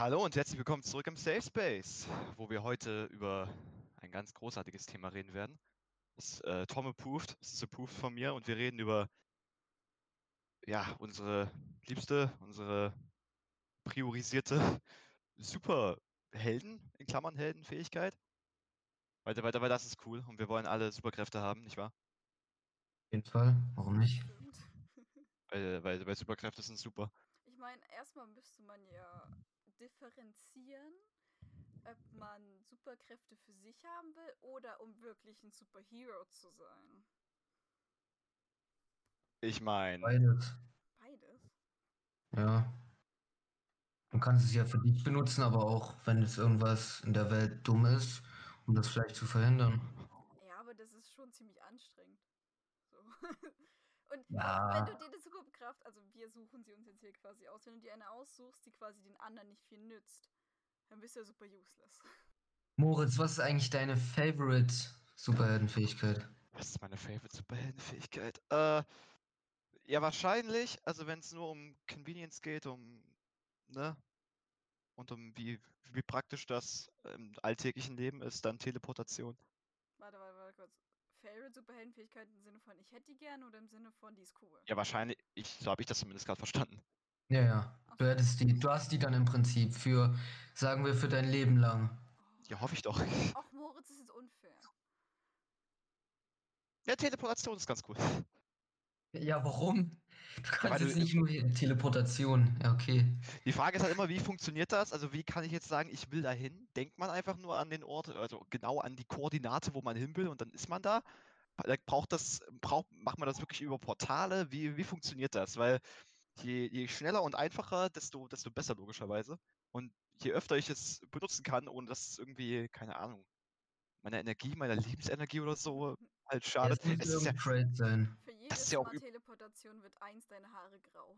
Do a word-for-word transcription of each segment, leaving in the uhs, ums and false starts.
Hallo und herzlich willkommen zurück im Safe Space, wo wir heute über ein ganz großartiges Thema reden werden. Das äh, Tom approved, das ist approved von mir und wir reden über ja, unsere liebste, unsere priorisierte Superhelden, in Klammern Heldenfähigkeit. Weil, weil, weil das ist cool und wir wollen alle Superkräfte haben, nicht wahr? Auf jeden Fall, warum nicht? Stimmt. Weil, weil, weil Superkräfte sind super. Ich meine, erstmal müsste man ja differenzieren, ob man Superkräfte für sich haben will oder um wirklich ein Superhero zu sein. Ich meine, Beides. Beides? Ja. Du kannst es ja für dich benutzen, aber auch, wenn es irgendwas in der Welt dumm ist, um das vielleicht zu verhindern. Ja, aber das ist schon ziemlich anstrengend. So. Und Ja. wenn du dir eine Superkraft, also wir suchen sie uns jetzt hier quasi aus, wenn du dir eine aussuchst, die quasi den anderen nicht viel nützt, dann bist du ja super useless. Moritz, was ist eigentlich deine Favorite Superheldenfähigkeit? was ist meine Favorite Superheldenfähigkeit? Äh, ja, wahrscheinlich, also wenn es nur um Convenience geht, um, ne? Und um wie, wie praktisch das im alltäglichen Leben ist, dann Teleportation. Warte, warte, warte kurz. Favorite Superheldenfähigkeit im Sinne von ich hätte die gerne oder im Sinne von die ist cool? Ja, wahrscheinlich, ich, so habe ich das zumindest gerade verstanden. Ja, ja. Ach Du so. hättest die, du hast die dann im Prinzip für, sagen wir, für dein Leben lang. Ja, hoffe ich doch. Och, Moritz, das ist unfair. Ja, Teleportation ist ganz cool. Ja, warum? Du Ja, weil kannst du, jetzt nicht nur hier Teleportation. Ja, okay. die Frage ist halt immer, wie funktioniert das? Also wie kann ich jetzt sagen, ich will dahin? Denkt man einfach nur an den Ort, also genau an die Koordinate, wo man hin will und dann ist man da? Braucht das, braucht, macht man das wirklich über Portale? Wie, wie funktioniert das? Weil je, je schneller und einfacher, desto, desto besser logischerweise. Und je öfter ich es benutzen kann, ohne dass es irgendwie, keine Ahnung, meiner Energie, meiner Lebensenergie oder so halt Ja, schadet. es muss Es ist ja, irgendein Trade sein. Für das ist jedes ja auch Mal üb- Teleportation wird eins deine Haare grau.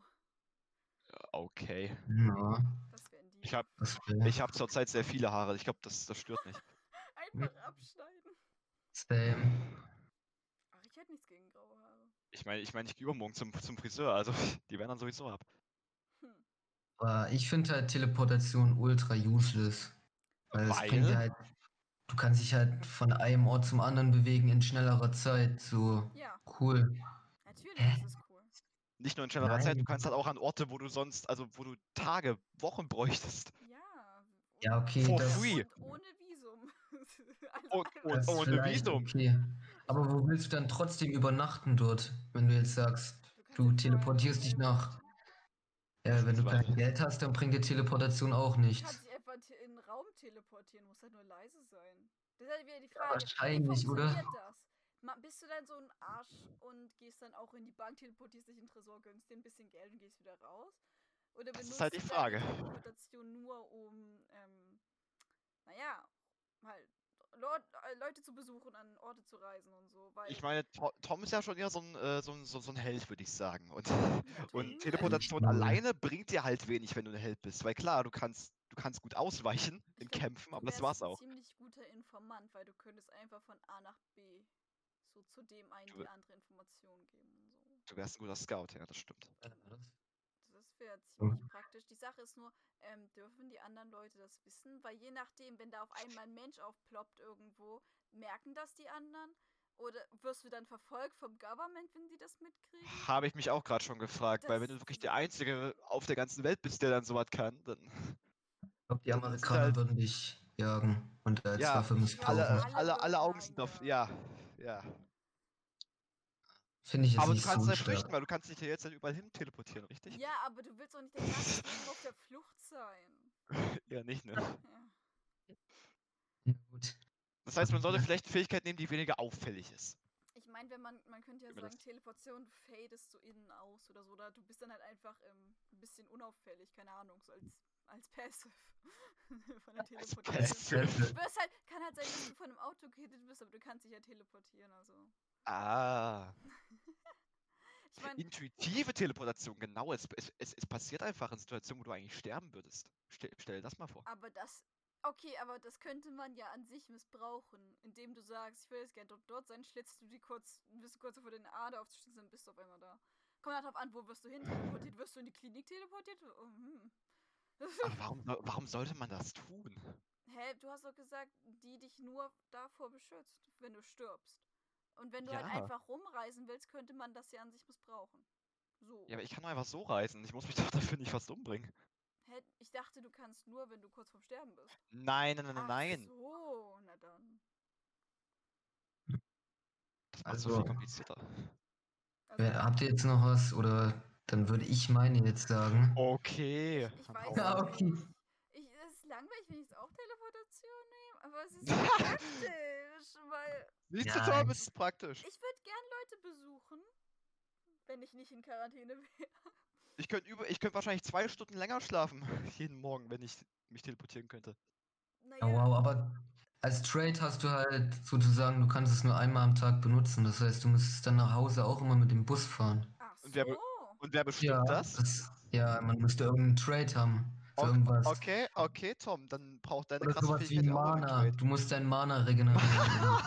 okay. Ja, Das wären die. Ich habe das wäre. ich hab zurzeit sehr viele Haare. Ich glaube, das, das stört nicht. Einfach abschneiden. Same. Ach, ich hätte nichts gegen graue Haare. Ich meine, ich meine, ich gehe übermorgen zum, zum Friseur, also die werden dann sowieso ab. Hm. Aber ich finde halt Teleportation ultra useless. Weil es bringt dir Weil, halt, du kannst dich halt von einem Ort zum anderen bewegen in schnellerer Zeit. So Ja, cool. natürlich Hä? ist es cool. nicht nur in schnellerer Zeit, du Nein. kannst halt auch an Orte, wo du sonst, also wo du Tage, Wochen bräuchtest. Ja. Und, Ja, okay, For das, free. und ohne Visum. also Und, und einfach. das ist ohne vielleicht Visum. okay. Ich Aber mein, wo willst du dann trotzdem übernachten dort, wenn du jetzt sagst, du kannst du ja vorher ein teleportierst dich Hotel nach. buchen. Ja, wenn du Beispielsweise. kein Geld hast, dann bringt dir Teleportation auch Du kannst nichts. dich einfach te- in den Raum teleportieren, musst halt nur leise sein. Das ist halt wieder die Ja, Frage, wie wahrscheinlich, oder? funktioniert das? Ma- Bist du dann so ein Arsch und gehst dann auch in die Bank, teleportierst dich in den Tresor, gönnst dir ein bisschen Geld und gehst wieder raus? Oder Das ist halt benutzt die du deine Frage. Teleportation nur, um, ähm, naja, halt Lord, äh, Leute zu besuchen, an Orte zu reisen und so, weil, Ich meine, To- Tom ist ja schon eher so ein, äh, so ein, so, so ein Held, würde ich sagen. Und, ja, Tom und ist ein Held. Teleportation alleine bringt dir halt wenig, wenn du ein Held bist. Weil klar, du kannst, du kannst gut ausweichen Ich in finde, Kämpfen, du aber das wärst war's ein auch. ziemlich guter Informant, weil du könntest einfach von A nach B so zu dem einen Du, die andere Information geben und so. du wärst ein guter Scout, ja, das stimmt. Das wäre ziemlich praktisch. Die Sache ist nur, ähm, dürfen die anderen Leute das wissen? Weil je nachdem, wenn da auf einmal ein Mensch aufploppt irgendwo, merken das die anderen? Oder wirst du dann verfolgt vom Government, wenn die das mitkriegen? Habe ich mich auch gerade schon gefragt, weil Das, wenn du wirklich das, der Einzige auf der ganzen Welt bist, der dann sowas kann, dann, Ich glaube, die dann sind Amerikaner halt, würden dich jagen und als ja, Waffe ich glaube, alle, missbrauchen. alle alle, alle würden Augen sind Nein auf, sagen. ja, ja. Finde ich jetzt Aber du nicht kannst so halt stark. flüchten, weil du kannst dich ja jetzt halt überall hin teleportieren, richtig? Ja, aber du willst doch nicht dein ganzes Leben auf der Flucht sein. Ja, nicht, ne? Ja. Ja, gut. Das heißt, man sollte vielleicht eine Fähigkeit nehmen, die weniger auffällig ist. Ich meine, wenn man, man könnte ja Wie man sagen, das- Teleportation, du fadest so innen aus oder so, oder du bist dann halt einfach ähm, ein bisschen unauffällig, keine Ahnung, so als, als Passive von der Als Teleportation. Passive. Du wirst halt, kann halt sein, dass du von einem Auto gehittet bist, aber du kannst dich ja teleportieren, also. Ah. Ich meine, Intuitive Teleportation, genau. Es, es, es, es passiert einfach in Situationen, wo du eigentlich sterben würdest. Stell, stell dir das mal vor. aber das, okay, aber das könnte man ja an sich missbrauchen, indem du sagst, ich will jetzt gerne dort, dort sein, schlitzt du die kurz, bist du kurz vor den Ader aufzuschlitzen, dann bist du auf einmal da. Kommt halt darauf an, wo wirst du hin teleportiert? Wirst du in die Klinik teleportiert? Oh, hm. Aber warum, soll- warum sollte man das tun? Hä, du hast doch gesagt, die dich nur davor beschützt, wenn du stirbst. Und wenn du halt Ja. einfach rumreisen willst, könnte man das ja an sich missbrauchen. So. Ja, aber ich kann doch einfach so reisen. Ich muss mich doch dafür nicht fast umbringen. Hä, ich dachte, du kannst nur, wenn du kurz vorm Sterben bist. Nein, nein, nein, Ach nein. so, na dann. Das macht so Also, viel komplizierter. Also, wer- habt ihr jetzt noch was? Oder dann würde ich meine jetzt sagen. Okay. ich, ich dann weiß hau Ja, raus. okay. nicht. Ich, es ist langweilig, wenn ich jetzt auch Teleportation nehme, aber es ist so praktisch, weil Siehst Ja, du, Tom, ich- es ist praktisch. ich würde gern Leute besuchen, wenn ich nicht in Quarantäne wäre. Ich könnte über, ich könnte wahrscheinlich zwei Stunden länger schlafen jeden Morgen, wenn ich mich teleportieren könnte. Ja, Naja, wow, aber als Trade hast du halt sozusagen, du kannst es nur einmal am Tag benutzen. Das heißt, du müsstest dann nach Hause auch immer mit dem Bus fahren. ach Und wer, be- so. und wer bestimmt Ja, das? das, ja, man müsste irgendeinen Trade haben für Ok- irgendwas. Okay, okay, Tom, dann braucht deine Oder krasse sowas wie Fähigkeit ja auch einen Mana. Trade. Du musst dein Mana regenerieren.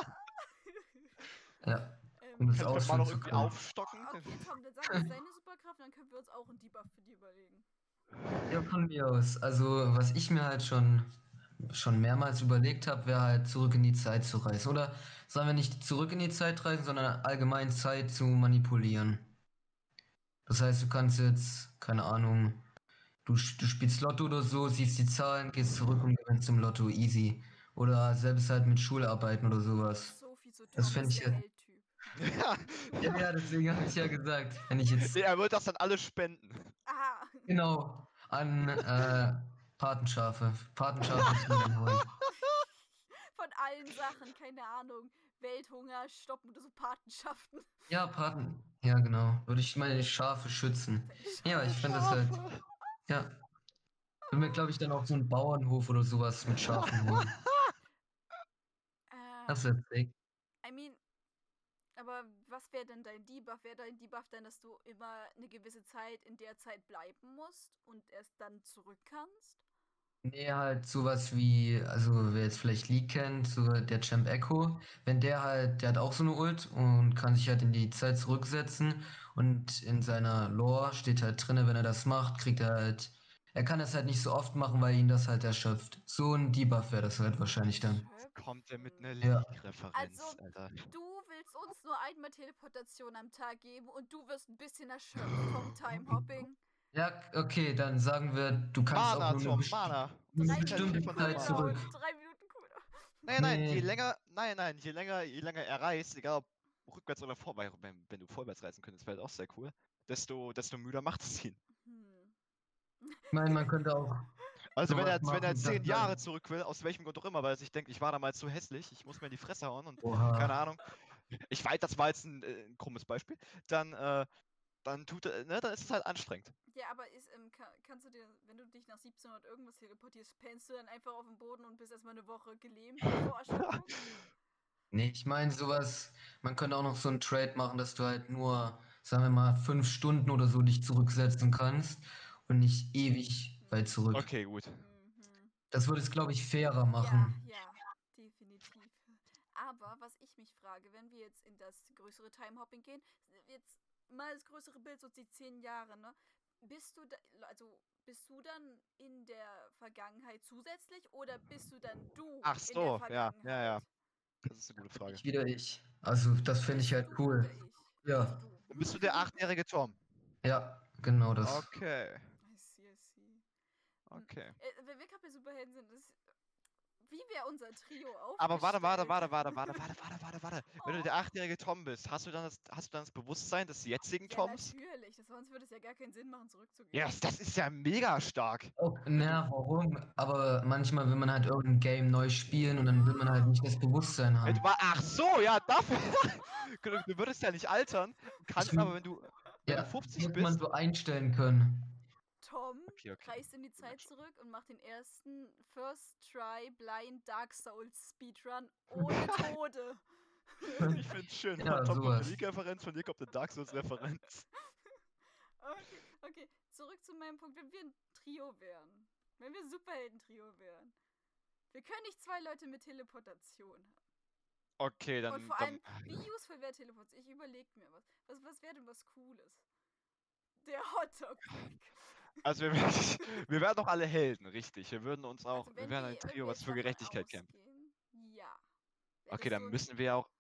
ja, um ähm, das Kann, könnte man ausfüllen noch zu irgendwie können. aufstocken? okay, Tom, dann sag uns deine Superkraft, dann können wir uns auch einen Debuff für die überlegen. Ja, von mir aus. Also, was ich mir halt schon, schon mehrmals überlegt habe, wäre halt zurück in die Zeit zu reisen. Oder sagen wir nicht zurück in die Zeit reisen, sondern allgemein Zeit zu manipulieren. Das heißt, du kannst jetzt, keine Ahnung, du, sch- du spielst Lotto oder so, siehst die Zahlen, gehst zurück und gewinnst im Lotto easy. Oder selbst halt mit Schularbeiten oder sowas. Sophie zu Das Tom fänd ist ich der ja- Heldtyp. Ja. Ja, ja, deswegen habe ich ja gesagt, wenn ich jetzt Er wird das dann alles spenden. Aha. genau an äh, Patenschafe, Patenschafe zu mir holen. Von allen Sachen, keine Ahnung. Welthunger, stoppen oder so Patenschaften. Ja, Paten. Ja, genau. Würde ich meine Schafe schützen. Ja, ich finde das halt. Schafe. Ja. Würde mir, glaube ich, dann auch so einen Bauernhof oder sowas mit Schafen holen. Äh, Das ist sick. I mean, aber was wäre denn dein Debuff? Wäre dein Debuff dann, dass du immer eine gewisse Zeit in der Zeit bleiben musst und erst dann zurück kannst? Nee, halt sowas wie, also wer jetzt vielleicht Lee kennt, so der Champ Echo, wenn der halt, der hat auch so eine Ult und kann sich halt in die Zeit zurücksetzen und in seiner Lore steht halt drinne, wenn er das macht, kriegt er halt, er kann das halt nicht so oft machen, weil ihn das halt erschöpft. So ein Debuff wäre das halt wahrscheinlich dann. Kommt er mit einer Ja. League-Referenz, Also, Alter. du willst uns nur einmal Teleportation am Tag geben und du wirst ein bisschen erschöpft vom Time-Hopping. Ja, okay, dann sagen wir, du kannst Mana, auch nur eine, Tom, besti Mana. nur eine Drei Kein bestimmte Spiel Minuten von Zeit Mana. zurück. Cooldown. Drei Minuten Cooldown. Nein, nein, je Nee. länger, nein, nein, je länger, je länger er reist, egal ob rückwärts oder vorwärts, wenn, wenn du vorwärts reisen könntest, wäre das auch sehr cool, desto, desto müder macht es ihn. Hm. Ich meine, man könnte auch Also wenn sowas er, wenn er machen, zehn dass Jahre man. zurück will, aus welchem Grund auch immer, weil er sich denkt, ich war damals zu hässlich, ich muss mir in die Fresse hauen und keine Oha. Ahnung. Ich weiß, das war jetzt ein, äh, ein krummes Beispiel. Dann, äh, dann tut er, ne, dann ist es halt anstrengend. Ja, aber ist, ähm, kann, kannst du dir, wenn du dich nach siebzehnhundert irgendwas teleportierst, pennst du dann einfach auf dem Boden und bist erstmal eine Woche gelähmt vor Erschöpfung? Nee, ich meine sowas, man könnte auch noch so einen Trade machen, dass du halt nur, sagen wir mal, fünf Stunden oder so dich zurücksetzen kannst und nicht ewig weit zurück. Okay, gut. Mhm. Das würde es, glaube ich, fairer Ja, machen. ja, definitiv. Aber was ich mich frage, wenn wir jetzt in das größere Time-Hopping gehen, jetzt mal das größere Bild, so die zehn Jahre, ne? Bist du da, also bist du dann in der Vergangenheit zusätzlich oder bist du dann du Ach in der so, ja, Vergangenheit? ja, ja. Das ist eine gute Frage. Ich wieder ich. Also, das finde ich Bist halt du cool. wieder ich? Ja, Also du. Dann bist du der achtjährige Tom. ja, genau das. Okay, I see, I see. okay. Äh, wenn wir gerade bei Superhelden sind, ist, wie wäre unser Trio aufgestellt? Aber warte, warte, warte, warte, warte, warte, warte, warte, warte. Wenn du der achtjährige Tom bist, hast du dann das, hast du dann das Bewusstsein des jetzigen Ja, Toms? natürlich. Das, sonst würde es ja gar keinen Sinn machen, zurückzugehen. Ja, das, das ist ja mega stark. Oh, na, warum? Aber manchmal will man halt irgendein Game neu spielen und dann will man halt nicht das Bewusstsein Ey, haben. du war, ach so, ja, dafür. Du, du würdest ja nicht altern, kannst will- aber, wenn du, wenn Ja, du fünfzig hätte man bist. so einstellen können. Tom Okay, okay. reist in die Zeit zurück und macht den ersten First Try Blind Dark Souls Speedrun ohne Tode. Ich find's schön. Ja, Von Tom kommt eine sowas. League-Referenz, von dir kommt eine Dark Souls-Referenz. Okay, okay. Zurück zu meinem Punkt. Wenn wir ein Trio wären. Wenn wir Superhelden-Trio wären. Wir können nicht zwei Leute mit Teleportation haben. Okay, dann. Und vor dann allem, wie useful wäre Teleportation? Ich überleg mir was. Was, was wäre denn was Cooles? Der Hotdog. Also wir, wir wären doch alle Helden, richtig. Wir würden uns auch, Also wir wenn wären wir, ein wenn Trio, wir was jetzt für davon Gerechtigkeit kämpft. ausgehen, ja. Wäre Okay, das dann so ein, müssen wir auch.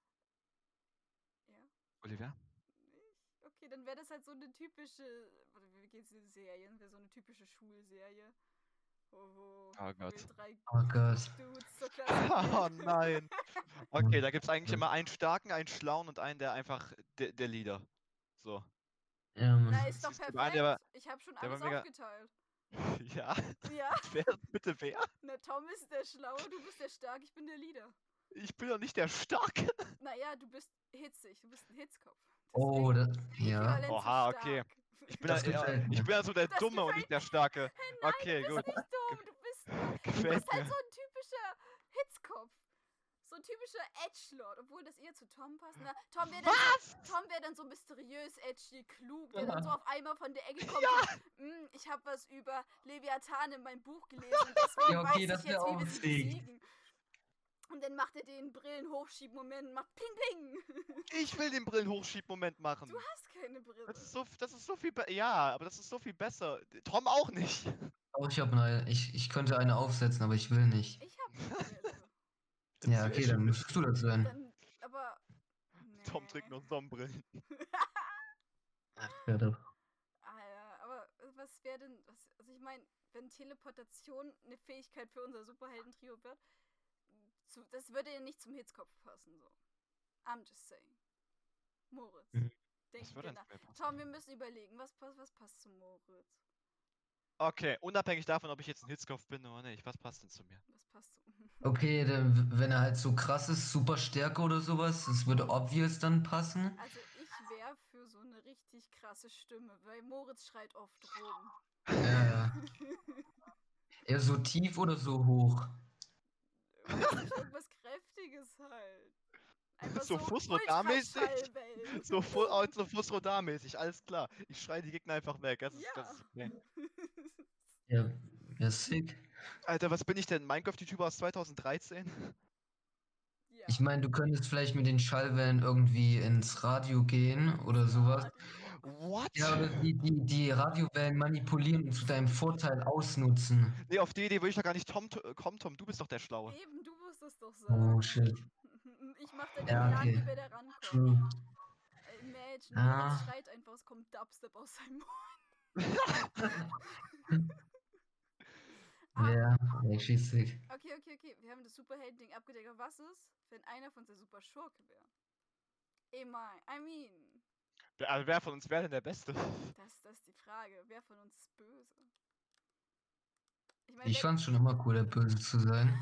ja. Olivia? Nicht? Okay, dann wäre das halt so eine typische, oder wie geht's in Serien? Wäre so eine typische Schulserie. Wo, Oh wo Gott. wir drei Oh Gott. Dudes zur Klasse Oh gehen. nein. Okay, da gibt es eigentlich immer einen starken, einen schlauen und einen, der einfach der, der Leader. So. Ja, Mann. Na, ist doch Siehst du, der eine, der perfekt. war, Ich habe schon der war alles mega. aufgeteilt. Ja? Ja, Wer? Bitte wer? na Tom ist der Schlaue, du bist der Stark, ich bin der Leader. Ich bin doch nicht der Starke. Naja, du bist hitzig, du bist ein Hitzkopf. Oh, Deswegen das, ja. äquivalent zu Oha, stark. okay. Ich bin, Das ja, eher, gefällt ich mir. bin also der Das Dumme und gefällt nicht der Starke. Hey, nein, Okay, du gut. bist nicht dumm, du bist nur, du Gefällt bist halt mir. so ein typischer Hitzkopf. So ein typischer Edgelord, obwohl das eher zu Tom passt. Na, Tom wäre dann, so, Tom wär dann so mysteriös, edgy, klug, der dann so auf einmal von der Ecke kommt und, "Mm, ich habe was über Leviathan in meinem Buch gelesen und deswegen Ja, okay, weiß ich das jetzt, wär wie auch wir sie sick. besiegen." Und dann macht er den Brillen-Hochschieben-Moment und macht Ping Ping. Ich will den Brillen-Hochschieb-Moment machen. Du hast keine Brille. Das ist so, das ist so viel besser. Ja, aber das ist so viel besser. Tom auch nicht. Auch ich hab eine, ich, ich könnte eine aufsetzen, aber ich will nicht. Ich habe eine Brille. Ja, okay, dann müsstest du das sein. Dann, aber, nee. Tom trägt noch Sonnenbrillen. Ach, ja, doch. Ah ja, aber äh, was wäre denn, was, also ich meine, wenn Teleportation eine Fähigkeit für unser Superhelden-Trio wird, zu, das würde ja nicht zum Hitzkopf passen, so. I'm just saying. Moritz. Mhm. Denk Was würde dir denn nach. zu mir passen? Tom, wir müssen überlegen, was, passt- was passt zu Moritz? Okay, unabhängig davon, ob ich jetzt ein Hitzkopf bin oder nicht, was passt denn zu mir? Was passt zu. Okay, dann, w- wenn er halt so krass ist, super Stärke oder sowas, das würde obvious dann passen. Also ich wäre für so eine richtig krasse Stimme, weil Moritz schreit oft rum. Ja, ja. Eher so tief oder so hoch? Weiß nicht, irgendwas Kräftiges halt. Einfach So so Fusrodar-mäßig? Ultraschallwellen. So, Fu oh, so Fusrodar-mäßig, alles klar. Ich schreie die Gegner einfach weg. Das ist, Ja. das ist okay. Ja, ja, sick. Alter, was bin ich denn? Minecraft-YouTuber aus zweitausenddreizehn? Ja. Ich meine, du könntest vielleicht mit den Schallwellen irgendwie ins Radio gehen oder sowas. Radio. What? Ja, oder die, die, die Radiowellen manipulieren und zu deinem Vorteil ausnutzen. Nee, auf die Idee will ich doch gar nicht Tom t- kommen, Tom. Du bist doch der Schlaue. Eben, du musst es doch sagen. Oh, shit. Ich mach dann Ja, den Plan, okay. wie wir da rankommen. True. Äh, Imagine, Ah. Moritz schreit einfach, es kommt Dubstep aus seinem Mund. Ah, Ja, actually sick. okay, okay, okay. Wir haben das Superhelden-Ding abgedeckt. Aber was ist, wenn einer von uns der Super-Schurke wäre? Ich mein, I mean, Wer, also wer von uns wäre denn der Beste? das, das ist die Frage. Wer von uns ist böse? Ich meine, Ich fand's schon immer cool, der Böse zu sein.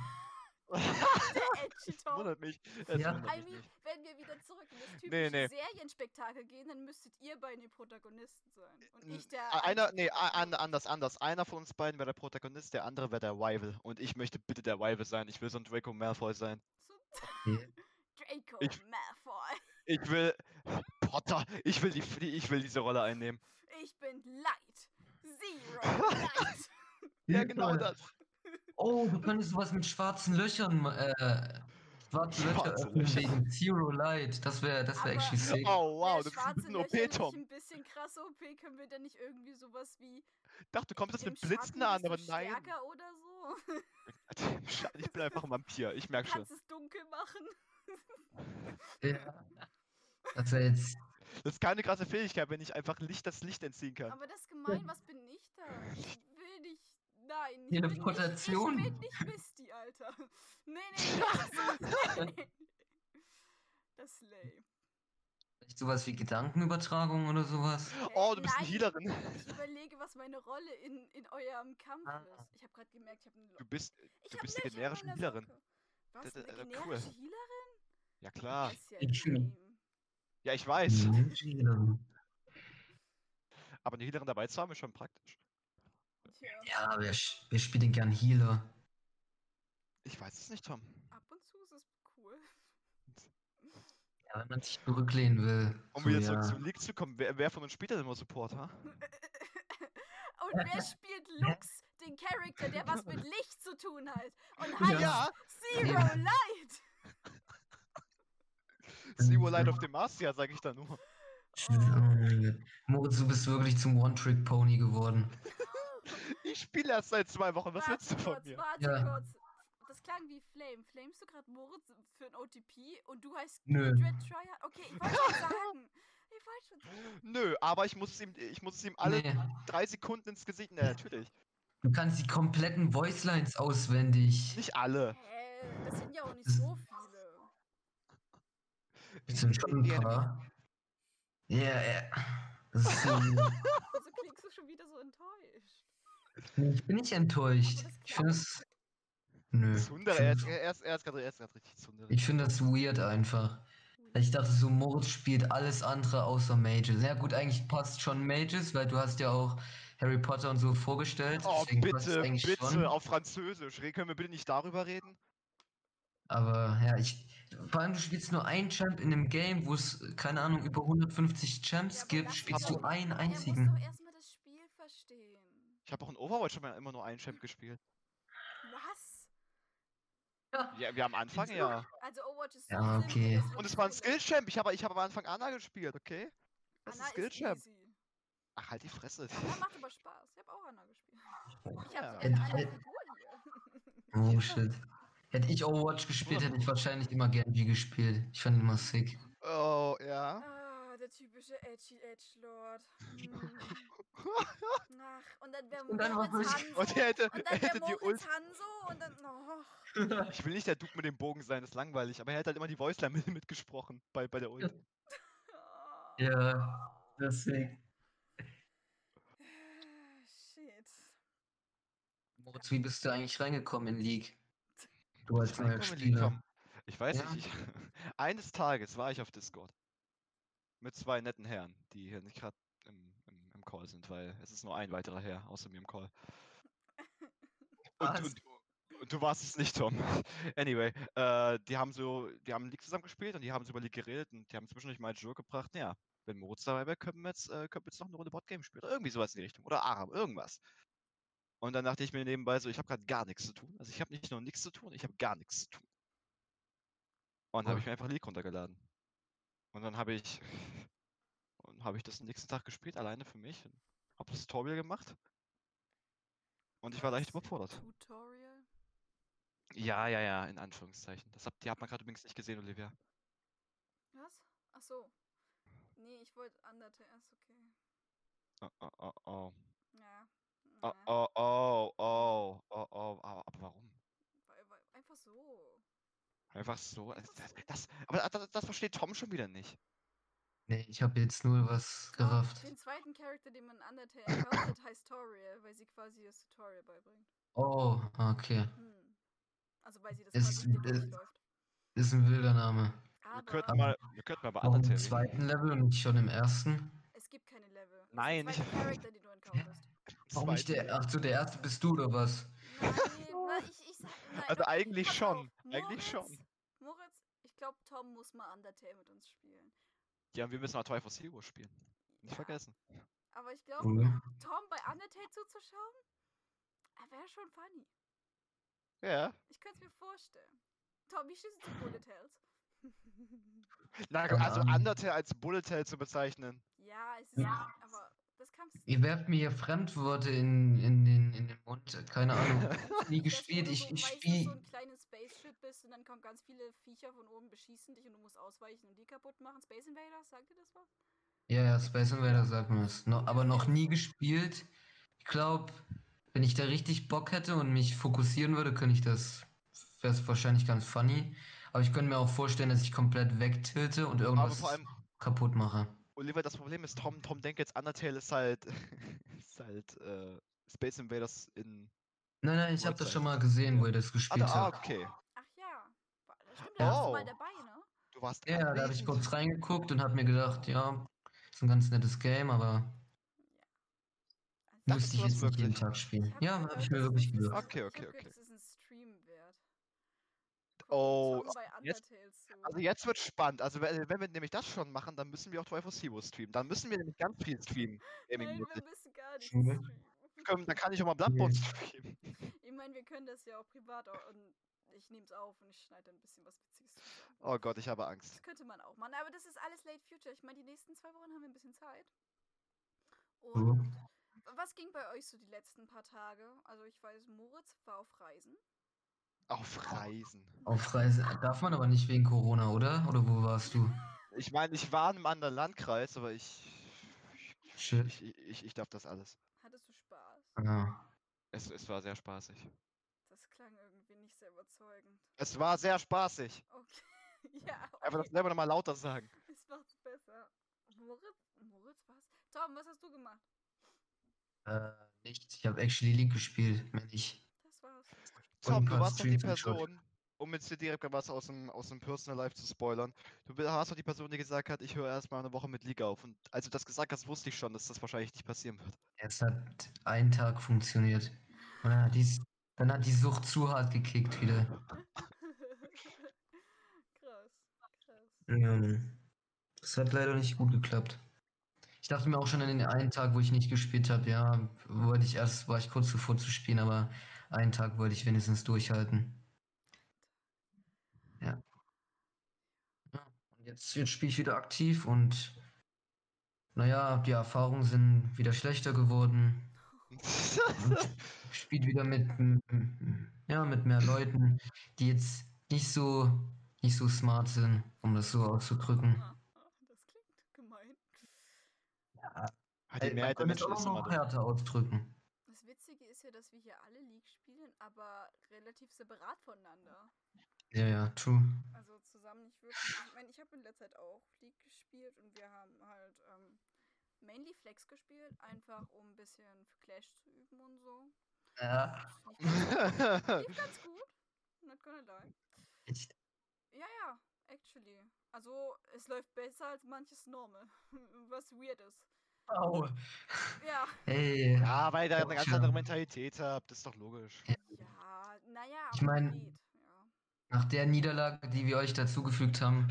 der edgy Das Tom. wundert mich. Es Ja. wundert I mich mean, nicht. wenn wir wieder zurück in das typische Nee, nee. Serienspektakel gehen, dann müsstet ihr beide die Protagonisten sein. Und N- ich der. a- Einer, nee, a- an, Antiprotagonist. anders, anders. Einer von uns beiden wäre der Protagonist, der andere wäre der Rival. Und ich möchte bitte der Rival sein. Ich will so ein Draco Malfoy sein. So, Okay. Draco Ich- Malfoy. Ich will. Potter! Ich will, die, die- ich will diese Rolle einnehmen. Ich bin Light. Zero Light. Ja, genau das. Oh, du könntest sowas mit schwarzen Löchern, ma- äh, schwarze Löcher Schwarze öffnen Löcher. wegen Zero Light. Das wäre, das wäre Aber- actually sick. Oh, wow, Wär du bist ein schwarze bisschen O Löcher P, nicht Tom. ein bisschen krass O P? Können wir denn nicht irgendwie sowas wie Ich dachte, du kommst jetzt dem mit Blitzen Schatten an, bist aber du nein. stärker oder so? Dem Schatten, Ich bin einfach ein Vampir, ich merke schon. Kannst es dunkel machen? Ja. Das wäre jetzt. Das ist keine krasse Fähigkeit, wenn ich einfach Licht das Licht entziehen kann. Aber das ist gemein, was bin ich da? Ich will nicht. Nein, ich Teleportation. bin nicht, ich bin nicht Misty, Alter. Nee, nee, nee. nee, nee. Das ist lame. Vielleicht sowas wie Gedankenübertragung oder sowas. Oh, du bist eine Nein. Healerin. Ich überlege, was meine Rolle in, in eurem Kampf Ah. ist. Ich habe gerade gemerkt, ich habe eine Du bist, Ich du hab bist eine Löcher in generische meiner Healerin. Socke. Was, Das- eine das- äh, generische cool. Healerin? Ja klar. Das ist ja Ich- lame. Ja, ich weiß. Mhm. Aber eine Healerin dabei zu haben, ist schon praktisch. Tja, Ja, wer, sch- wer spielt denn gern Healer? Ich weiß es nicht, Tom. ab und zu ist es cool. Ja, wenn man sich zurücklehnen will. Um So, wieder ja. zurück zum League zu kommen, wer, wer von uns spielt denn immer Support, ha? Und wer spielt Lux, den Charakter, der was mit Licht zu tun hat? Und Ja. heißt Ja, Zero Ja. Light! Zero Light of the Mars, ja, sag ich da nur. Oh mein Gott. Moritz, du bist wirklich zum One-Trick-Pony geworden. ich spiele erst seit zwei Wochen. Was willst Warte du von kurz, mir? warte Ja. kurz. Das klang wie Flame. Flamest du gerade Moritz für ein O T P und du heißt Nö. Dread Tryhard? Okay, ich wollte schon sagen. Ich wollte schon sagen. Nö, aber ich muss es ihm, ich muss es ihm alle Nee. drei Sekunden ins Gesicht. Na, natürlich. Du kannst die kompletten Voicelines auswendig. Nicht alle. Hä? Das sind ja auch nicht Das- so viele. Das sind schon ein paar. Ja, ja. Das ist, ähm, Wieso klingst du schon wieder so enttäuscht? ich bin nicht enttäuscht. Aber das Ich finde es. Nö. Ich Zundere, er ist, finde er ist, er ist gerade er ist grad richtig Zundere. ich find das weird einfach. Ich dachte so, Moritz spielt alles andere außer Mages. Ja gut, eigentlich passt schon Mages, weil du hast ja auch Harry Potter und so vorgestellt. Oh, deswegen passt es bitte, eigentlich bitte, schon. auf Französisch. Re- Können wir bitte nicht darüber reden? Aber ja, ich. Vor allem, du spielst nur ein Champ in einem Game, wo es, keine Ahnung, über hundertfünfzig Champs Ja, aber gibt, lass spielst ihn du doch- einen Er muss doch einzigen. erstmal das Spiel verstehen. Ich habe auch in Overwatch immer, immer nur einen Champ gespielt. Was? Ja, wir am Anfang ja. Also Overwatch ist so Ja, simpel, okay. das Und wird es war ein so Skill-Champ. Ich habe ich hab am Anfang Anna gespielt, okay? Das Anna ist ein Skill-Champ. easy. Ach, halt die Fresse. Anna macht aber Spaß. Ich habe auch Anna gespielt. Ich habe Ja. sogar eine Ja. andere Figur hier. Oh shit. Hätte ich Overwatch gespielt, hätte ich wahrscheinlich immer Genji gespielt. Ich fand ihn immer sick. Oh, ja. Ah, der typische Edgy Edgelord. Hm. Ach, und dann wäre Und dann war Moritz wirklich- Hanso. Und er hätte, Und er dann hätte wäre die Moritz Ult. Hanso und dann. Oh. Ich will nicht der Duke mit dem Bogen sein, das ist langweilig. Aber er hat halt immer die Voiceline mit, mitgesprochen bei, bei der Ult. Ja, deswegen. Shit. Moritz, wie bist du eigentlich reingekommen in League? Du als Ich neuer reinkomme in League, Spieler. Tom. Ich weiß Ja? nicht, ich, eines Tages war ich auf Discord. Mit zwei netten Herren, die hier nicht gerade im, im, im Call sind, weil es ist nur ein weiterer Herr außer mir im Call. Und, Was? und, und du warst es nicht, Tom. Anyway, äh, die haben so, die haben League zusammen gespielt und die haben so über League geredet und die haben zwischendurch mal Joke gebracht, ja, wenn Moritz dabei wäre, könnten wir jetzt, äh, könnten wir jetzt noch eine Runde Botgame spielen. Oder irgendwie sowas in die Richtung. Oder Aram, irgendwas. Und dann dachte ich mir nebenbei so, ich habe gerade gar nichts zu tun. Also ich habe nicht nur nichts zu tun, ich habe gar nichts zu tun. Und habe Oh. ich mir einfach League runtergeladen. Und dann habe ich und habe ich das nächsten Tag gespielt, alleine für mich. Und habe das Tutorial gemacht. Und ich war leicht Was? überfordert. Tutorial? Ja, ja, ja, in Anführungszeichen. Das hat, die hat man gerade übrigens nicht gesehen, Olivia. Was? Ach so. Nee, ich wollte Undertale. Ist okay. Oh, oh, oh, oh. Ja. Oh, ja. oh, oh, oh, oh, oh, aber, aber warum? Weil- weil- Einfach so. Einfach so. Das, das, das, aber das, das versteht Tom schon wieder nicht. Nee, ich habe jetzt nur was Tom, gerafft. den zweiten Charakter, den man in Undertale encountert, heißt Toriel, weil sie quasi das Tutorial beibringt. Oh, okay. Hm. Also weil sie das Es quasi mit ist- dir es- durchläuft. Ist ein wilder Name. Wir könnten Aber mal, wir könnten mal bei Warum im Undertale reden. zweiten Level und nicht schon im ersten? es gibt keine Level. Das Nein, ist der nicht- zweite Charakter, den du encounterst. Warum nicht Zweiten. der? Ach so, der erste bist du oder was? Nein, nein, ich, ich sag. Nein, Also okay, eigentlich pass schon. auf. Eigentlich schon. Moritz, Moritz, ich glaube, Tom muss mal Undertale mit uns spielen. Ja, wir müssen mal Toy for Zero spielen. Nicht Ja. vergessen. Aber ich glaube, Mhm. Tom bei Undertale zuzuschauen, wäre schon funny. Ja. Ich könnte es mir vorstellen. Tom, wie stehst du zu Bullet Hells? Na, Keine also Ahnung. Undertale als Bullet Hell zu bezeichnen. Ja, es ist. Ja. Aber das kannst Ihr werft mir hier Fremdworte in, in, den, in den Mund. Keine Ahnung. Nie Dass gespielt. du Ich, so, ich meistens so spiele. ein kleines Spaceship bist und dann kommen ganz viele Viecher von oben, beschießen dich und du musst ausweichen und die kaputt machen. Space Invaders, sagt ihr das was? Ja, ja, Space Invader sagt mir es. No, aber noch nie gespielt. Ich glaube, wenn ich da richtig Bock hätte und mich fokussieren würde, könnte ich das. Wäre es wahrscheinlich ganz funny. Aber ich könnte mir auch vorstellen, dass ich komplett wegtilte und Aber irgendwas vor allem, kaputt mache. Oliver, das Problem ist, Tom, Tom denkt jetzt, Undertale ist halt, ist halt äh, Space Invaders in. Nein, nein, ich habe das Uhrzeit. schon mal gesehen, wo ihr das Ah, gespielt da, ah, habt. okay. Ach ja. Wa- Stimmt, da warst du mal Oh. dabei, ne? Du warst Ja, da habe ich anwesend. kurz reingeguckt und habe mir gedacht, ja, ist ein ganz nettes Game, aber Also, müsste ich du das jetzt nicht jeden wirklich? Tag spielen. hab Ja, gehört, habe ich mir das wirklich ist- gedacht. Okay, ich okay, hab gehört, okay. das ist ein Stream wert. Oh, Tom bei jetzt- Undertale zu. Also jetzt wird spannend. Also wenn wenn wir nämlich das schon machen, dann müssen wir auch Toy for Zero streamen. Dann müssen wir nämlich ganz viel streamen. Nein, wir Gaming-mäßig. müssen gar nicht Schule. streamen. Können- Dann kann ich auch mal Bloodborne streamen. Ich meine, wir können das ja auch privat au- und ich nehme es auf und ich schneide ein bisschen was Witziges zusammen. Oh Gott, ich habe Angst. Das könnte man auch machen, aber das ist alles Late Future. Ich meine, die nächsten zwei Wochen haben wir ein bisschen Zeit. Und Was ging bei euch so die letzten paar Tage? Also ich weiß, Moritz war auf Reisen. Auf Reisen. Auf Reise darf man aber nicht wegen Corona, oder? Oder wo warst du? Ich meine, ich war in einem anderen Landkreis, aber ich. Shit. Ich, ich, ich, ich darf das alles. Hattest du Spaß? Ah. Es, es war sehr spaßig. Das klang irgendwie nicht sehr überzeugend. Es war sehr spaßig. Okay. Ja, Einfach das okay. selber nochmal lauter sagen. Es macht's besser. Moritz? Moritz, was? Tom, was hast du gemacht? Äh, nichts. Ich habe actually League gespielt, mehr nicht. Das war's. Und ein Tom, du paar warst doch die Streams angeschaut. Person, um jetzt dir direkt mal was aus dem, aus dem Personal Life zu spoilern. Du bi- warst doch die Person, die gesagt hat, ich höre erstmal eine Woche mit League auf. Und als du das gesagt hast, wusste ich schon, dass das wahrscheinlich nicht passieren wird. Es hat einen Tag funktioniert. Und dann hat, die, dann hat die Sucht zu hart gekickt wieder. Krass, krass. Ja, Mann. Das hat leider nicht gut geklappt. Ich dachte mir auch schon an den einen Tag, wo ich nicht gespielt habe, ja, wollte ich erst, war ich kurz davor zu spielen, aber einen Tag wollte ich wenigstens durchhalten. Ja. Ja. Und jetzt, jetzt spiele ich wieder aktiv und naja, die Erfahrungen sind wieder schlechter geworden. Spielt wieder mit, m- m- ja, mit mehr Leuten, die jetzt nicht so, nicht so smart sind, um das so auszudrücken. Das klingt gemein. Ah, die Ey, man Mehrheit der könnte es Menschen auch ist immer noch dumm. härter ausdrücken. Das Witzige ist ja, dass wir hier alle League spielen, aber relativ separat voneinander. Ja, ja, true. Also zusammen nicht wirklich. Ich meine, ich habe in letzter Zeit auch League gespielt und wir haben halt ähm, mainly Flex gespielt, einfach um ein bisschen für Clash zu üben und so. Ja. Lief ganz gut. Not gonna lie. Echt? Ja, ja, actually. Also, es läuft besser als manches Normal. Was weird ist. Au. Ja. Hey. Ja, weil ihr eine ganz Gotcha. andere Mentalität habt, ist doch logisch. Ja, naja, Ich aber mein- geht. Ja. Nach der Niederlage, die wir euch dazugefügt haben.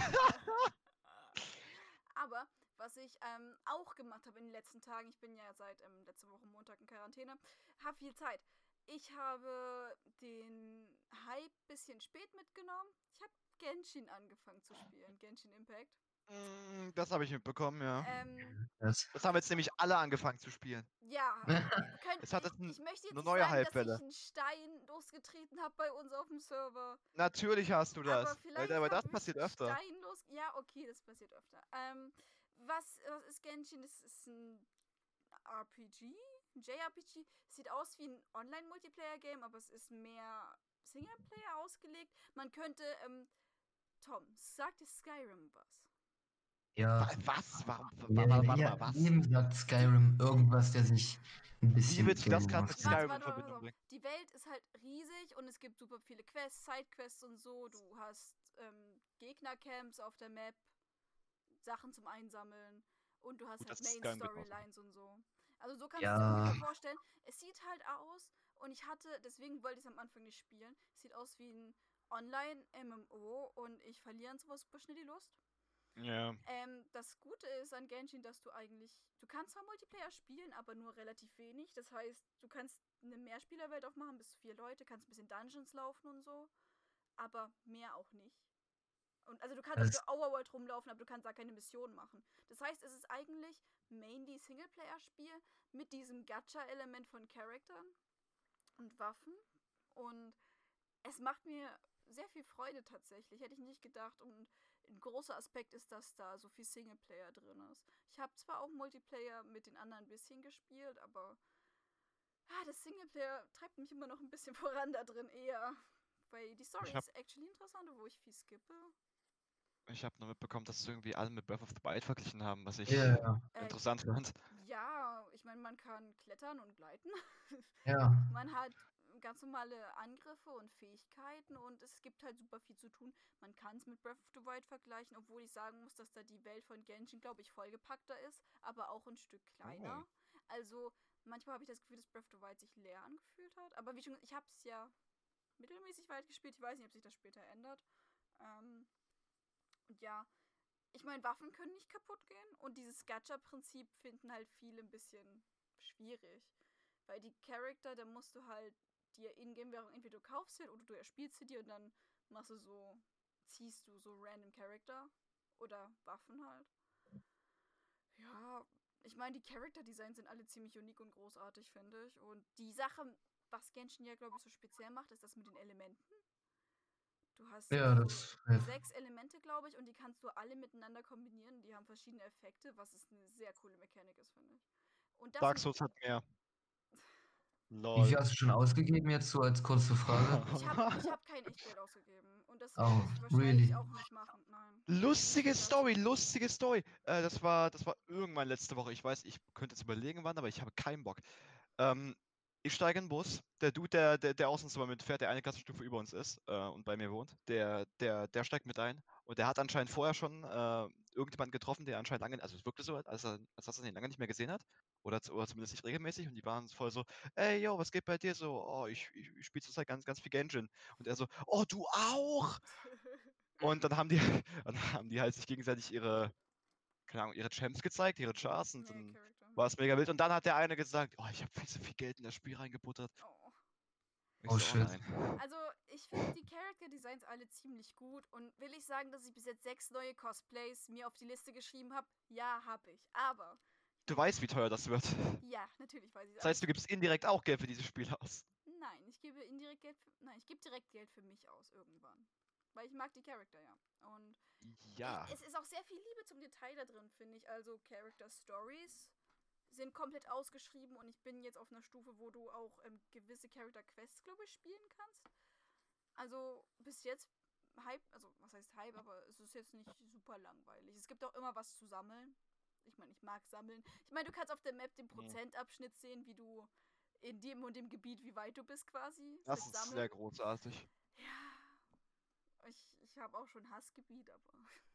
Aber was ich ähm, auch gemacht habe in den letzten Tagen, ich bin ja seit ähm, letzte Woche Montag in Quarantäne, habe viel Zeit. Ich habe den Hype bisschen spät mitgenommen. Ich habe Genshin angefangen zu spielen, Genshin Impact. Mm, Das habe ich mitbekommen, ja. Ähm, Das. Das haben jetzt nämlich alle angefangen zu spielen. ja, könnt, Es hat ich, jetzt ein- ich möchte jetzt eine nicht neue sagen, dass Hypewelle. ich einen Stein losgetreten habe bei uns auf dem Server. Natürlich hast du das. Aber Weil, vielleicht aber das hab ich passiert einen öfter. Stein los. Ja, okay, das passiert öfter. Ähm, was, was ist Genshin? Das ist ein R P G? Ein J R P G? Sieht aus wie ein Online-Multiplayer-Game, aber es ist mehr Singleplayer ausgelegt. Man könnte, ähm, Tom, sagt dir Skyrim was? Ja. Wa- Was? Warum? wa- Ja, Warte, warte ja, mal, was? jedem sagt Skyrim irgendwas, der sich ein Wie bisschen willst du das mit gerade Gaming mit auskennt. Warte, Skyrim in warte, warte, Verbindung warte. bringen? Die Welt ist halt riesig und es gibt super viele Quests, Sidequests und so. Du hast ähm, Gegnercamps auf der Map, Sachen zum Einsammeln und du hast Gut, halt das ist Skyrim genauso. Main-Storylines und so. Also so kannst Ja. du es dir ungefähr vorstellen. Es sieht halt aus und ich hatte, deswegen wollte ich es am Anfang nicht spielen, es sieht aus wie ein Online-M M O und ich verliere an sowas super schnell die Lust. Ja. Ähm, das Gute ist an Genshin, dass du eigentlich, du kannst zwar Multiplayer spielen, aber nur relativ wenig. Das heißt, du kannst eine Mehrspielerwelt aufmachen, bis zu vier Leute, kannst ein bisschen Dungeons laufen und so, aber mehr auch nicht. Und also du kannst Das- auf der Overworld rumlaufen, aber du kannst da keine Missionen machen. Das heißt, es ist eigentlich mainly Singleplayer-Spiel mit diesem Gacha-Element von Charaktern und Waffen. Und es macht mir sehr viel Freude tatsächlich. Hätte ich nicht gedacht. Und ein großer Aspekt ist, dass da so viel Singleplayer drin ist. Ich habe zwar auch Multiplayer mit den anderen ein bisschen gespielt, aber ah, das Singleplayer treibt mich immer noch ein bisschen voran da drin eher. Weil die Story Ich hab- ist actually interessant, wo ich viel skippe. Ich habe nur mitbekommen, dass sie irgendwie alle mit Breath of the Wild verglichen haben, was ich Ja, ja. Äh, interessant fand. ja, ich meine, man kann klettern und gleiten. Ja. Man hat ganz normale Angriffe und Fähigkeiten und es gibt halt super viel zu tun. Man kann es mit Breath of the Wild vergleichen, obwohl ich sagen muss, dass da die Welt von Genshin, glaube ich, vollgepackter ist, aber auch ein Stück kleiner. Also manchmal habe ich das Gefühl, dass Breath of the Wild sich leer angefühlt hat. Aber wie schon gesagt, ich habe es ja mittelmäßig weit gespielt. Ich weiß nicht, ob sich das später ändert. Ähm, und ja, ich meine, Waffen können nicht kaputt gehen und dieses Gacha-Prinzip finden halt viele ein bisschen schwierig. Weil die Charakter, da musst du halt dir Ingame-Währung entweder du kaufst sie oder du erspielst sie dir und dann machst du so, ziehst du so random Charakter oder Waffen halt. Ja, Ich meine, die Character-Designs sind alle ziemlich unique und großartig, finde ich. Und die Sache, was Genshin ja, glaube ich, so speziell macht, ist das mit den Elementen. Du hast Ja, so das. Ja. sechs Elemente, glaube ich, und die kannst du alle miteinander kombinieren. Die haben verschiedene Effekte, was es eine sehr coole Mechanik ist, finde ich. Und das Dark mit- Souls hat mehr. Wie viel Lol. hast du schon ausgegeben jetzt so als kurze Frage? Ich habe ich hab kein Echtgeld ausgegeben. Und das Oh, werde ich wahrscheinlich really? auch nicht machen. Nein. Lustige Das- Story, lustige Story. Äh, das war, das war irgendwann letzte Woche. Ich weiß, ich könnte jetzt überlegen, wann, aber ich habe keinen Bock. Ähm, ich steige in den Bus. Der Dude, der, der, der Außenzimmer mitfährt, der eine Klassenstufe über uns ist äh, und bei mir wohnt, der, der, der steigt mit ein. Und der hat anscheinend vorher schon äh, irgendjemanden getroffen, der anscheinend lange, also es wirkte so, als er, als er ihn lange nicht mehr gesehen hat. Oder, z- oder zumindest nicht regelmäßig. Und die waren voll so, ey, yo, was geht bei dir so? Oh, ich, ich, ich spiele zurzeit ganz, ganz viel Genshin. Und er so, oh, du auch? Und dann haben die, dann haben die halt sich gegenseitig ihre, keine Ahnung, ihre Champs gezeigt, ihre Charts und Nee, dann Charakter. war es mega wild. Und dann hat der eine gesagt, oh, ich habe viel zu viel Geld in das Spiel reingebuttert. Oh. Ich Oh, so, oh shit. nein. Also, ich finde die Character-Designs alle ziemlich gut. Und will ich sagen, dass ich bis jetzt sechs neue Cosplays mir auf die Liste geschrieben habe? Ja, habe ich. Aber, Du weißt, wie teuer das wird. ja, natürlich weiß ich Das heißt, du gibst indirekt auch Geld für dieses Spiel aus. Nein, ich gebe indirekt Geld für, nein, ich gebe direkt Geld für mich aus irgendwann. Weil ich mag die Charakter, ja. Und Ja. ich, es ist auch sehr viel Liebe zum Detail da drin, finde ich. Also Character Stories sind komplett ausgeschrieben und ich bin jetzt auf einer Stufe, wo du auch ähm, gewisse Character Quests, glaube ich, spielen kannst. Also bis jetzt Hype, also was heißt Hype, aber es ist jetzt nicht super langweilig. Es gibt auch immer was zu sammeln. Ich meine, ich mag sammeln. Ich meine, du kannst auf der Map den Prozentabschnitt sehen, wie du in dem und dem Gebiet, wie weit du bist quasi. Das mit ist Sammeln. sehr großartig. Ja. Ich, ich habe auch schon Hassgebiet, aber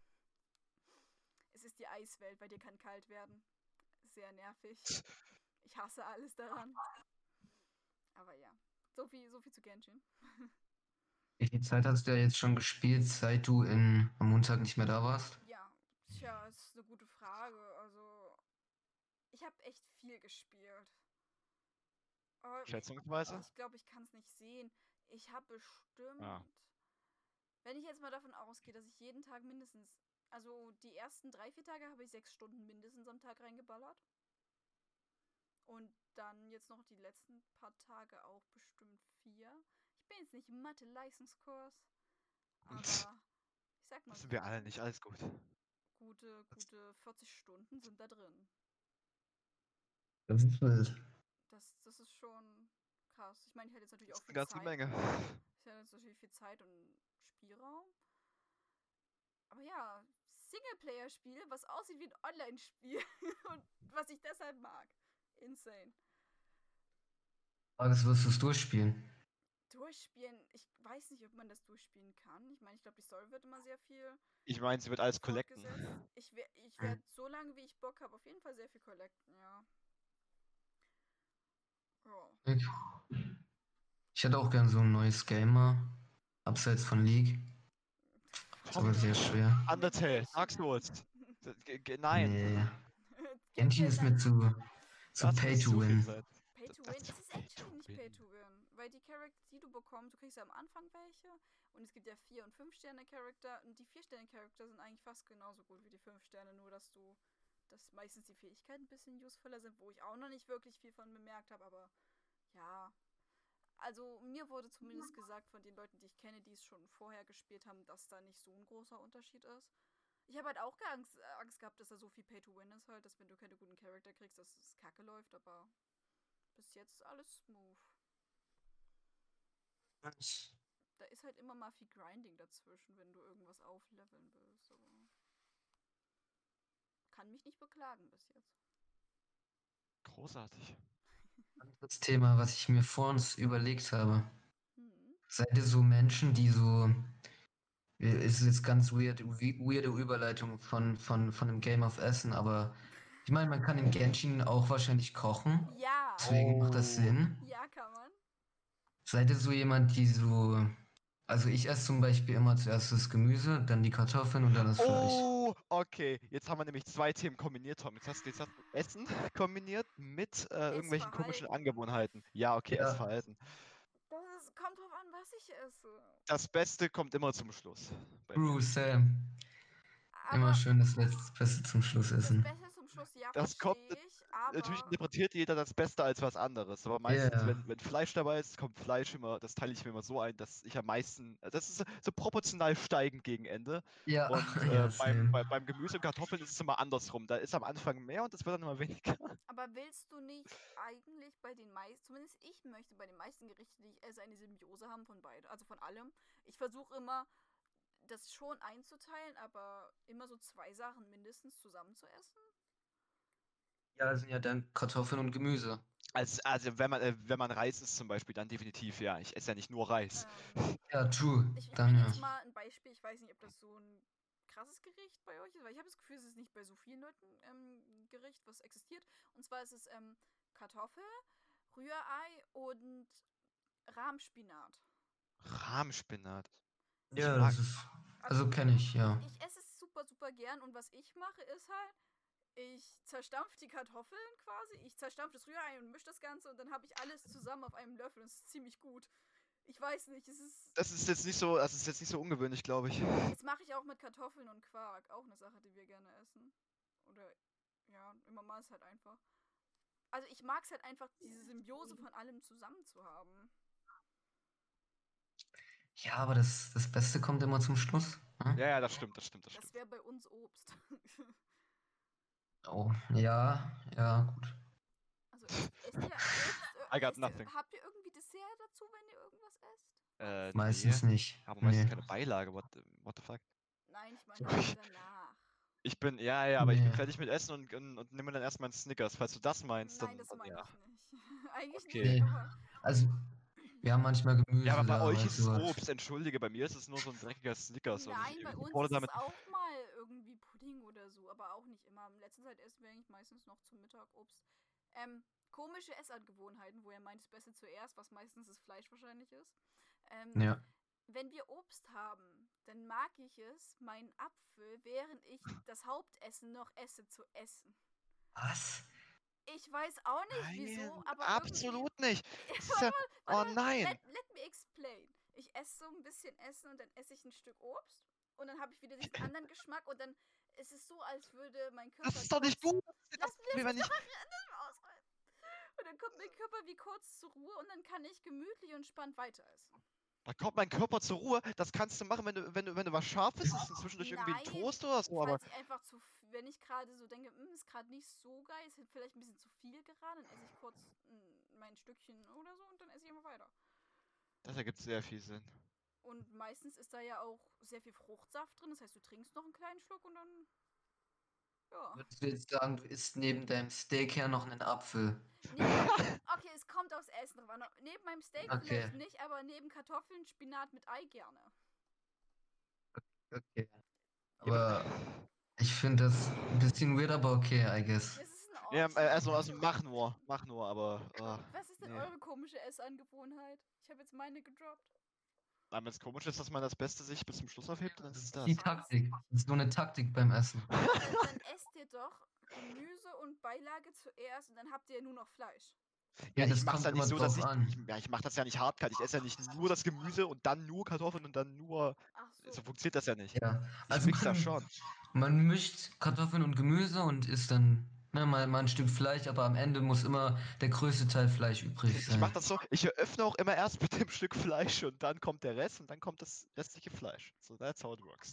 es ist die Eiswelt, bei dir kann kalt werden. Sehr nervig. Ich hasse alles daran. Aber ja. So viel, so viel zu Genshin. Wie viel Zeit hast du ja jetzt schon gespielt, seit du in, am Montag nicht mehr da warst? Ja, tja, ist eine gute Frage. Also, ich habe echt viel gespielt. Aber Schätzungsweise? ich glaube, ich kann es nicht sehen. Ich habe bestimmt, Ah. wenn ich jetzt mal davon ausgehe, dass ich jeden Tag mindestens, also die ersten drei, vier Tage habe ich sechs Stunden mindestens am Tag reingeballert. Und dann jetzt noch die letzten paar Tage auch bestimmt vier. Ich bin jetzt nicht im Mathe-Leistungskurs, aber ich sag mal Das so, sind wir alle nicht, alles gut. gute, gute vierzig Stunden sind da drin. Das ist wild. Das, das ist schon krass. Ich meine, ich hätte jetzt natürlich Das auch ist eine viel ganze Zeit. Menge. Ich hätte jetzt natürlich viel Zeit und Spielraum. Aber ja, Singleplayer-Spiel, was aussieht wie ein Online-Spiel und was ich deshalb mag. Insane. Aber das wirst du es durchspielen. Durchspielen, ich weiß nicht, ob man das durchspielen kann. Ich meine, ich glaube, die Story wird immer sehr viel Ich meine, sie wird alles collecten. fortgesetzt. Ich, wer- ich werde so lange, wie ich Bock habe, auf jeden Fall sehr viel collecten, ja. Ja. Ich, ich hätte auch gern so ein neues Gamer, abseits von League. Ist aber sehr schwer. Undertale, Mit Dark Genshin Souls. halt. G- g- Nein. Nee. Genshin Genshin ist mir zu, zu Das pay ist to zu viel win. Zeit. Pay Das- to das win. ist Es ist Pay actually to nicht Pay win. to win. Weil die Charakter, die du bekommst, du kriegst ja am Anfang welche. Und es gibt ja vier und fünf Sterne Charakter. Und die vier Sterne Charakter sind eigentlich fast genauso gut wie die fünf Sterne. Nur, dass du, dass meistens die Fähigkeiten ein bisschen usefuller sind, wo ich auch noch nicht wirklich viel von bemerkt habe. Aber ja. Also mir wurde zumindest gesagt von den Leuten, die ich kenne, die es schon vorher gespielt haben, dass da nicht so ein großer Unterschied ist. Ich habe halt auch Angst, äh, Angst gehabt, dass da so viel Pay-to-Win ist halt, dass wenn du keine guten Charakter kriegst, dass es kacke läuft, aber bis jetzt ist alles smooth. Da ist halt immer mal viel Grinding dazwischen, wenn du irgendwas aufleveln willst, aber kann mich nicht beklagen bis jetzt. Großartig. Das Thema, was ich mir vor uns überlegt habe. Hm. Seid ihr so Menschen, die so. Es ist jetzt ganz weird, we- weirde Überleitung von, von, von dem Game of Essen, aber ich meine, man kann in Genshin auch wahrscheinlich kochen. Ja, Deswegen macht das Oh. Sinn. ja kann man. Seid ihr so jemand, die so. Also ich esse zum Beispiel immer zuerst das Gemüse, dann die Kartoffeln und dann das Fleisch. Oh, okay. Jetzt haben wir nämlich zwei Themen kombiniert, Tom. Jetzt hast du, jetzt hast du Essen kombiniert mit äh, irgendwelchen komischen Essverhalten. Angewohnheiten. Ja, okay, Ja. Essverhalten. Das ist, kommt drauf an, was ich esse. Das Beste kommt immer zum Schluss. bei mir. True, Sam. Immer Aber schön das Letzte, Beste zum Schluss das essen. Beste zum Schluss Torschussjagd das kommt verstehe ich, natürlich aber interpretiert jeder das Beste als was anderes. Aber meistens, Ja. wenn, wenn Fleisch dabei ist, kommt Fleisch immer, das teile ich mir immer so ein, dass ich am meisten, das ist so, so proportional steigend gegen Ende. Ja, Und ja, äh, beim, same. bei, beim Gemüse und Kartoffeln ist es immer andersrum. Da ist am Anfang mehr und es wird dann immer weniger. aber willst du nicht eigentlich bei den meisten, zumindest ich möchte bei den meisten Gerichten, die ich esse, eine Symbiose haben von beidem, also von allem. Ich versuche immer, das schon einzuteilen, aber immer so zwei Sachen mindestens zusammen zu essen. Ja, das sind ja dann Kartoffeln und Gemüse. Also, also wenn man, äh, wenn man Reis isst zum Beispiel, dann definitiv, ja. Ich esse ja nicht nur Reis. Ähm, Ja, true. ich ich Dann bringe ja. jetzt mal ein Beispiel, ich weiß nicht, ob das so ein krasses Gericht bei euch ist, weil ich habe das Gefühl, es ist nicht bei so vielen Leuten ähm, Gericht, was existiert. Und zwar ist es ähm, Kartoffel, Rührei und Rahmspinat. Rahmspinat. Ich Ja, mag. das ist. Also, Also kenne ich, ja. ich esse es super, super gern und was ich mache ist halt, ich zerstampfe die Kartoffeln quasi, ich zerstampfe das Rührei und mische das Ganze und dann habe ich alles zusammen auf einem Löffel und es ist ziemlich gut. Ich weiß nicht, es ist. Das ist jetzt nicht so, das ist jetzt nicht so ungewöhnlich, glaube ich. Das mache ich auch mit Kartoffeln und Quark. Auch eine Sache, die wir gerne essen. Oder, ja, immer mal ist halt einfach. Also ich mag es halt einfach, diese Symbiose von allem zusammen zu haben. Ja, aber das, das Beste kommt immer zum Schluss. Hm? Ja, ja, das stimmt, das stimmt, das Das stimmt. wäre bei uns Obst. Oh, ja, ja, gut. Also esst, esst ihr Obst? äh, I got Esst ihr, nothing. habt ihr irgendwie Dessert dazu, wenn ihr irgendwas esst? Äh, Meistens nee. nicht. Aber meistens Nee. keine Beilage, what, the- what the fuck? Nein, ich meine auch danach. Ich bin, ja, ja, aber ich bin Nee. fertig mit Essen und, und, und nehme dann erstmal einen Snickers. Falls du das meinst, Nein, dann, das dann meine ja. ich nicht. Eigentlich Okay. nicht, Nee. aber. Also, wir haben manchmal Gemüse Ja, aber bei da euch und ist es sowas. Obst, entschuldige, bei mir ist es nur so ein dreckiger Snickers und ich, Nein, bei ich uns wurde ist damit. es auch mal irgendwie Pudding oder so, aber auch nicht immer. In letzter Zeit essen wir eigentlich meistens noch zum Mittag Obst. Ähm, komische Essangewohnheiten, wo ihr meint, das Beste zuerst, was meistens das Fleisch wahrscheinlich ist. Ähm, Ja. wenn wir Obst haben, dann mag ich es, meinen Apfel, während ich das Hauptessen noch esse, zu essen. Was? Ich weiß auch nicht wieso, Nein, aber absolut irgendwie. nicht. Das ist ja. Warte Oh mal, nein. let, let me explain. Ich esse so ein bisschen Essen und dann esse ich ein Stück Obst und dann habe ich wieder diesen anderen Geschmack und dann ist es so, als würde mein Körper. Das ist doch nicht kurz- gut. Lass, Das, lass wenn mich ich, doch lass mich ausreden. Und dann kommt mein Körper wie kurz zur Ruhe und dann kann ich gemütlich und entspannt weiter essen. da kommt mein Körper zur Ruhe. Das kannst du machen, wenn du, wenn du, wenn du was Scharfes isst und zwischendurch irgendwie ein Nein, Toast oder so, aber. Falls ich einfach zu, f- wenn ich gerade so denke, "Hm, ist gerade nicht so geil, ist vielleicht ein bisschen zu viel gerade, dann esse ich kurz mm, mein Stückchen oder so und dann esse ich immer weiter. Das ergibt sehr viel Sinn. Und meistens ist da ja auch sehr viel Fruchtsaft drin, das heißt, du trinkst noch einen kleinen Schluck und dann. Ja. Würdest du jetzt sagen, du isst neben deinem Steak her noch einen Apfel? Neben, okay, es kommt aufs Essen drauf an. Neben meinem Steak Okay. vielleicht nicht, aber neben Kartoffeln, Spinat mit Ei gerne. Okay. Ja, aber- Aber ich finde das ein bisschen weird, aber okay, I guess. Das ist in Ja, Ordnung. äh, also, also Also, mach nur, mach nur, aber. ah, was ist denn nee. eure komische Essangewohnheit? Ich habe jetzt meine gedroppt. Aber wenn es komisch ist, dass man das Beste sich bis zum Schluss aufhebt, dann ist es das. Die Taktik. Das ist so eine Taktik beim Essen. Dann, dann esst ihr doch Gemüse und Beilage zuerst und dann habt ihr nur noch Fleisch. Ja, das ich mach's kommt ja nicht immer so, dass drauf ich, an. ich, ja, ich mach das ja nicht hardcut. Ich esse ja nicht nur das Gemüse und dann nur Kartoffeln und dann nur. Ach so. So funktioniert das ja nicht. Ja, Ich also mix man, das schon. man mischt Kartoffeln und Gemüse und isst dann ne, mal, mal ein Stück Fleisch, aber am Ende muss immer der größte Teil Fleisch übrig Ich sein. mach das so, ich eröffne auch immer erst mit dem Stück Fleisch und dann kommt der Rest und dann kommt das restliche Fleisch. So, that's how it works.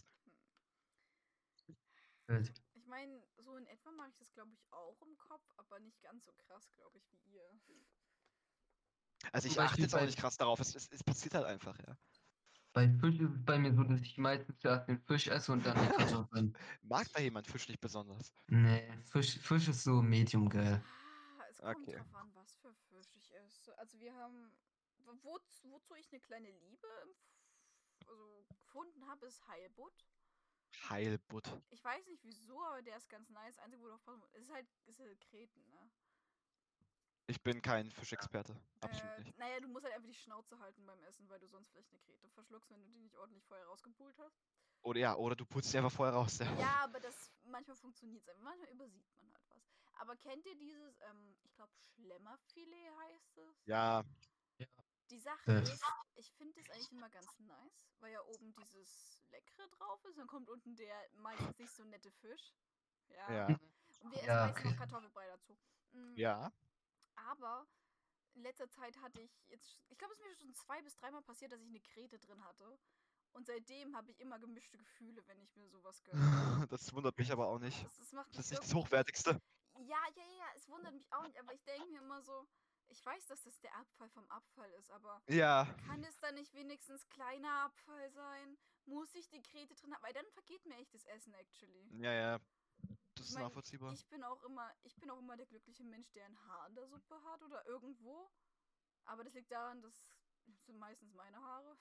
Gut. Ich meine, so in etwa mache ich das, glaube ich, auch im Kopf, aber nicht ganz so krass, glaube ich, wie ihr. Also ich Zum achte Beispiel jetzt auch bei- nicht krass darauf, es, es, es passiert halt einfach, ja. Bei Fisch ist es bei mir so, dass ich meistens zuerst den Fisch esse und dann die Kartoffeln. Mag da jemand Fisch nicht besonders? Nee, Fisch, Fisch ist so medium geil. Ah, es kommt Okay. drauf an, was für Fisch ich esse. Also wir haben, wo, wozu wozu ich eine kleine Liebe im F- also gefunden habe, ist Heilbutt. Heilbutt. Ich weiß nicht wieso, aber der ist ganz nice. Einzige, wo du aufpassen musst, ist halt, ist halt Kreten, ne? Ich bin kein Fischexperte. Absolut Äh, nicht. naja, du musst halt einfach die Schnauze halten beim Essen, weil du sonst vielleicht eine Krete verschluckst, wenn du die nicht ordentlich vorher rausgepult hast. Oder ja, oder du putzt sie einfach vorher raus. Ja. Ja, aber das manchmal funktioniert es einfach. Manchmal übersieht man halt was. Aber kennt ihr dieses, ähm, ich glaube, Schlemmerfilet heißt es? Ja, Die Sache Ja. ist, ich finde das eigentlich immer ganz nice, weil ja oben dieses Leckere drauf ist, dann kommt unten der meistens nicht so nette Fisch. Ja. ja. Und Wir essen Ja, meistens noch okay. Kartoffelbrei dazu. Mm, Ja. Aber in letzter Zeit hatte ich jetzt, ich glaube, es ist mir schon zwei bis dreimal passiert, dass ich eine Krete drin hatte. Und seitdem habe ich immer gemischte Gefühle, wenn ich mir sowas gönne. Das wundert mich aber auch nicht. Das, das macht Das mich ist nicht das irgendwie. Hochwertigste. Ja, ja, ja, es wundert mich auch nicht, aber ich denke mir immer so, ich weiß, dass das der Abfall vom Abfall ist, aber Ja. kann es dann nicht wenigstens kleiner Abfall sein? Muss ich die Krete drin haben? Weil dann vergeht mir echt das Essen, actually. Ja, ja. Das Ich ist meine, nachvollziehbar. ich bin auch immer, ich bin auch immer der glückliche Mensch, der ein Haar in der Suppe hat oder irgendwo. Aber das liegt daran, das sind meistens meine Haare.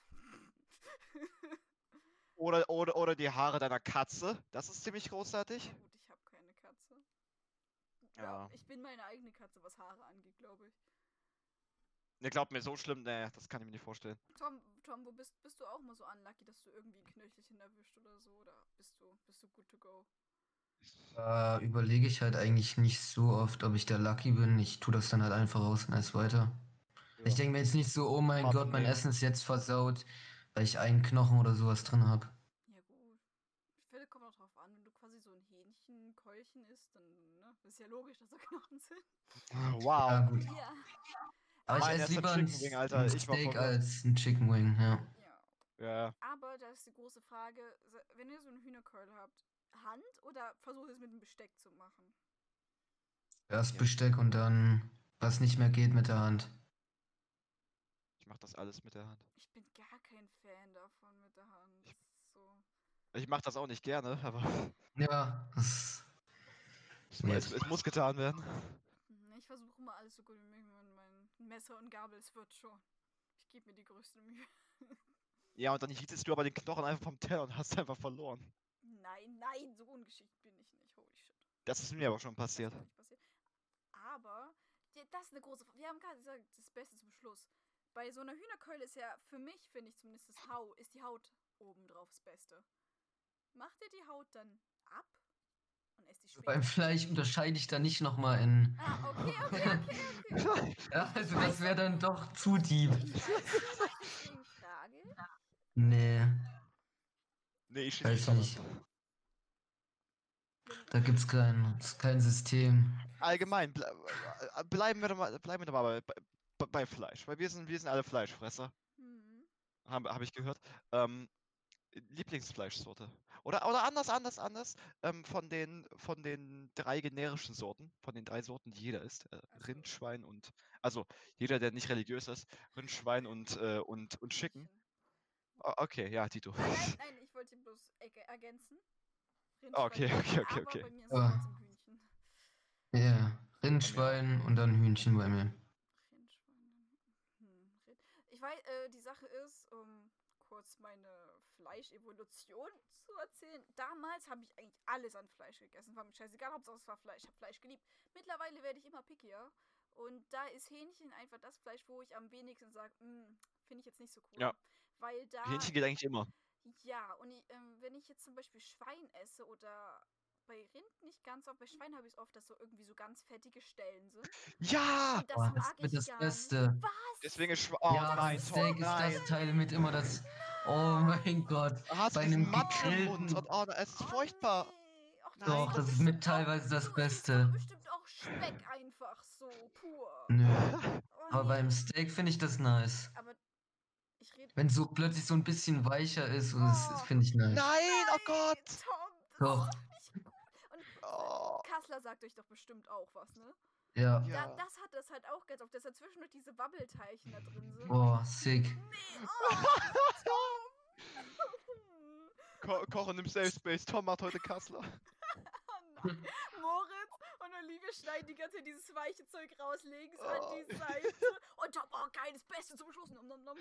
Oder, oder, oder die Haare deiner Katze. Das ist ziemlich großartig. Ja gut, ich habe keine Katze. Ja, Ja. ich bin meine eigene Katze, was Haare angeht, glaube ich. Ne, glaubt mir, so schlimm, ne, das kann ich mir nicht vorstellen. Tom, Tom, wo bist, bist du auch mal so unlucky, dass du irgendwie ein Knöchelchen erwischt oder so? Oder bist du, bist du good to go? Da überlege ich halt eigentlich nicht so oft, ob ich da lucky bin. Ich tue das dann halt einfach raus und ess weiter. Ich Ja. denke mir jetzt nicht so, oh mein Hart Gott, im mein Leben. Essen ist jetzt versaut, weil ich einen Knochen oder sowas drin habe. Ja gut. Ich finde, kommt auch drauf an, wenn du quasi so ein Hähnchenkeulchen isst, dann, ne? Ist ja logisch, dass da Knochen sind. Wow. Ja, gut. Ja. Aber ich Mein esse erster lieber ein, Chicken Wing, S- Alter. ein Ich war Steak verwirrt. als ein Chicken Wing, ja. Ja. Ja. Aber da ist die große Frage, se- wenn ihr so eine Hühnerkeule habt, Hand oder versucht es mit dem Besteck zu machen? Erst Ja. Besteck und dann, was nicht mehr geht, mit der Hand. Ich mach das alles mit der Hand. Ich bin gar kein Fan davon mit der Hand. Das ist so. Ich mach das auch nicht gerne, aber Ja, das es, mu- es, weird. es muss getan werden. Hm, Ich versuche immer alles so gut wie möglich mit meinem Messer und Gabel, es wird schon. Ich gebe mir die größte Mühe. Ja, und dann hietest du aber den Knochen einfach vom Teller und hast einfach verloren. Nein, nein, so ungeschickt bin ich nicht. Holy shit. Das ist mir aber schon Das ist passiert. mir nicht passiert. Aber, ja, das ist eine große Frage. Wir haben gerade gesagt, das Beste zum Schluss. Bei so einer Hühnerkeule ist ja, für mich, finde ich zumindest, das Hau, ist die Haut oben drauf das Beste. Macht ihr die Haut dann ab und esst die später? Beim Fleisch unterscheide ich da nicht nochmal in. Ah, okay, okay, okay, okay. Ja, also das wäre dann doch zu deep. Ich weiß nicht, was ich deswegen frage. Nee, Nee, ich stehe weiß nicht nicht. dran. Da gibt's kein, kein System. Allgemein, ble äh, bleiben wir doch mal, bleiben wir doch mal bei, bei, bei Fleisch. Weil wir sind, wir sind alle Fleischfresser. Hm. Habe hab ich gehört. Ähm, Lieblingsfleischsorte. Oder, oder anders, anders, anders. Ähm, von den, von den drei generischen Sorten, von den drei Sorten, die jeder isst. Äh, Ach so. Rind, Schwein und. Also, jeder, der nicht religiös ist, Rind, Schwein und, äh, und, und Chicken. Hühnchen. O- Okay, ja, Tito. Nein, nein, nein, ich wollte bloß erg- ergänzen. Okay, Rindschwein, okay, okay, aber okay. bei mir ist es Ah. trotzdem Hühnchen. Ja, Rindschwein und dann Hühnchen bei mir. Rindschwein. Hm, Rind. Ich weiß, äh, die Sache ist, um kurz meine Fleischevolution zu erzählen. Damals habe ich eigentlich alles an Fleisch gegessen. War mir scheißegal, Hauptsache es war Fleisch. Ich habe Fleisch geliebt. Mittlerweile werde ich immer pickier. Und da ist Hähnchen einfach das Fleisch, wo ich am wenigsten sage, finde ich jetzt nicht so cool. Ja. Weil da. Hähnchen geht eigentlich immer. Ja, und ich, ähm, wenn ich jetzt zum Beispiel Schwein esse oder bei Rind nicht ganz, aber bei Schwein habe ich es oft, dass so irgendwie so ganz fettige Stellen sind. Ja! Und das Boah, das mag wird ich das gar Beste. nicht. Was? Deswegen ist Schwein. Oh Ja, nein, beim Tom, Steak ist nein. das Teil mit immer das. Oh mein Gott. Hast Bei du diesen einem Matsch im Mund gegrillten. und oh, es ist Oh, furchtbar. nee. Och, du Nein. Doch, isst das ist bestimmt mit teilweise das auch, du isst Beste. doch bestimmt auch Speck einfach so, pur. Nö. Oh, Aber nee. beim Steak finde ich das nice. Aber ich rede. Wenn so plötzlich so ein bisschen weicher ist, und das Oh. finde ich nice. Nein, oh Gott! Tom, das Doch. ist doch nicht gut. Und Oh, Kassler sagt euch doch bestimmt auch was, ne? Ja. Da, ja. das hat das halt auch ganz oft, dass da zwischendurch diese Wabbelteilchen da drin sind. Boah, sick. Nee, oh, Tom. Ko Kochen im Safe Space. Tom macht heute Kassler. Oh nein. Moritz und Olivia schneiden die ganze Zeit dieses weiche Zeug raus, legen es an die Oh. Seite und Tom, oh geil, das Beste zum Schluss. Nom, nom, nom.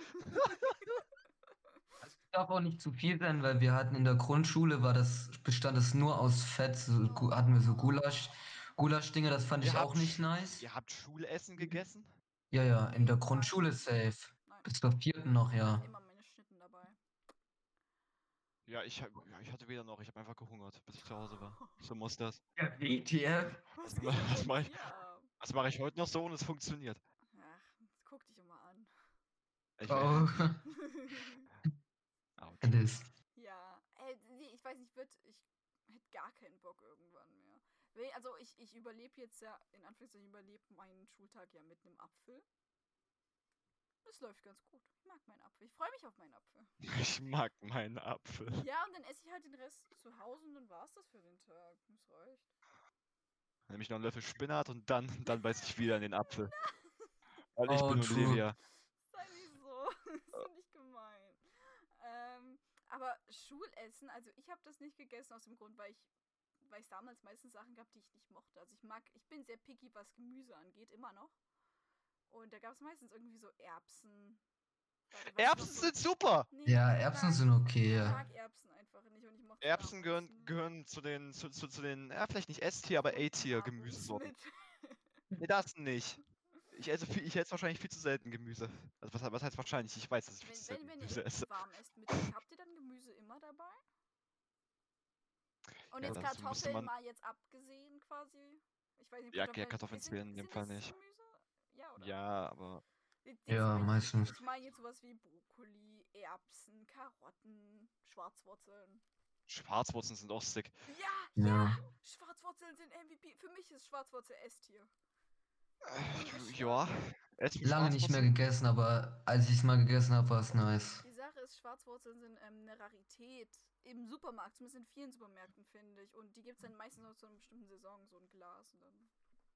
Es darf auch nicht zu viel sein, weil wir hatten in der Grundschule, war das, bestand es nur aus Fett, so, gu- hatten wir so Gulasch, Gulaschdinger, das fand Ihr ich auch habt nicht Sch- nice. Ihr habt Schulessen gegessen? Ja, ja, in der Nee, Grundschule nein. safe. Nein, Bis zur vierten noch, ich ja. hatte immer meine Schnitten dabei. Ja, ich, hab, ja, ich hatte weder noch. Ich habe einfach gehungert, bis ich zu Hause war. So muss das. Ja, W T F. Was ma- geht was denn mach mit ich- dir ab? Das mache ich heute noch so und es funktioniert. Ach, guck dich immer an. Ich, Oh, Autsch. das. Ja, äh, nee, ich weiß nicht, wird, ich hätte gar keinen Bock irgendwann mehr. Wenn- Also ich ich, ich überlebe jetzt ja, in Anführungszeichen überlebe meinen Schultag ja mit einem Apfel. Das läuft ganz gut. Ich mag meinen Apfel. Ich freue mich auf meinen Apfel. Ich mag meinen Apfel. Ja, und dann esse ich halt den Rest zu Hause und dann war's das für den Tag. Das reicht. Nämlich noch einen Löffel Spinat und dann, dann beiß ich wieder in den Apfel. Weil ich Oh, bin true. Olivia. Sei nicht so. Das finde ich gemein. Ähm, aber Schulessen, also ich habe das nicht gegessen aus dem Grund, weil ich weil ich damals meistens Sachen gab, die ich nicht mochte. Also ich mag, ich bin sehr picky, was Gemüse angeht, immer noch. Und da gab es meistens irgendwie so Erbsen. Warte, was Erbsen noch so? sind super! Nee, Ja, ich Erbsen mag- sind okay, Ich ja. mag Erbsen einfach nicht und ich mochte Erbsen gehören, damals gehören zu den, zu, zu, zu den, ja, vielleicht nicht S-Tier, aber A-Tier Gemüsesorten. Nahrungsmittel. Nee, das nicht. Ich esse, viel, ich esse wahrscheinlich viel zu selten Gemüse. Also was, was heißt wahrscheinlich? Ich weiß, dass ich viel zu Wenn, selten wenn, wenn ihr Gemüse esse. irgendwie warm esst Mittag, habt ihr dann Gemüse immer dabei? Und Ja, jetzt das müsste Kartoffeln man- mal jetzt abgesehen quasi. Ich weiß nicht, Ja, ja, Kartoffeln sind- zählen in dem sind Fall das nicht. Gemüse? Ja, oder? Ja, aber Jetzt Ja, meine ich- meistens. Ich meine jetzt sowas wie Brokkoli, Erbsen, Karotten, Schwarzwurzeln. Schwarzwurzeln sind auch sick. Ja, ja, Ja. Schwarzwurzeln sind M V P. Für mich ist Schwarzwurzel S-Tier. Äh, ja. Essen wir Lange nicht mehr Schwarzwurzeln? gegessen, aber als ich es mal gegessen habe, war es nice. Die Sache ist, Schwarzwurzeln sind ähm, eine Rarität im Supermarkt, zumindest in vielen Supermärkten, finde ich. Und die gibt es dann meistens nur zu einer bestimmten Saison, so ein Glas. Und dann.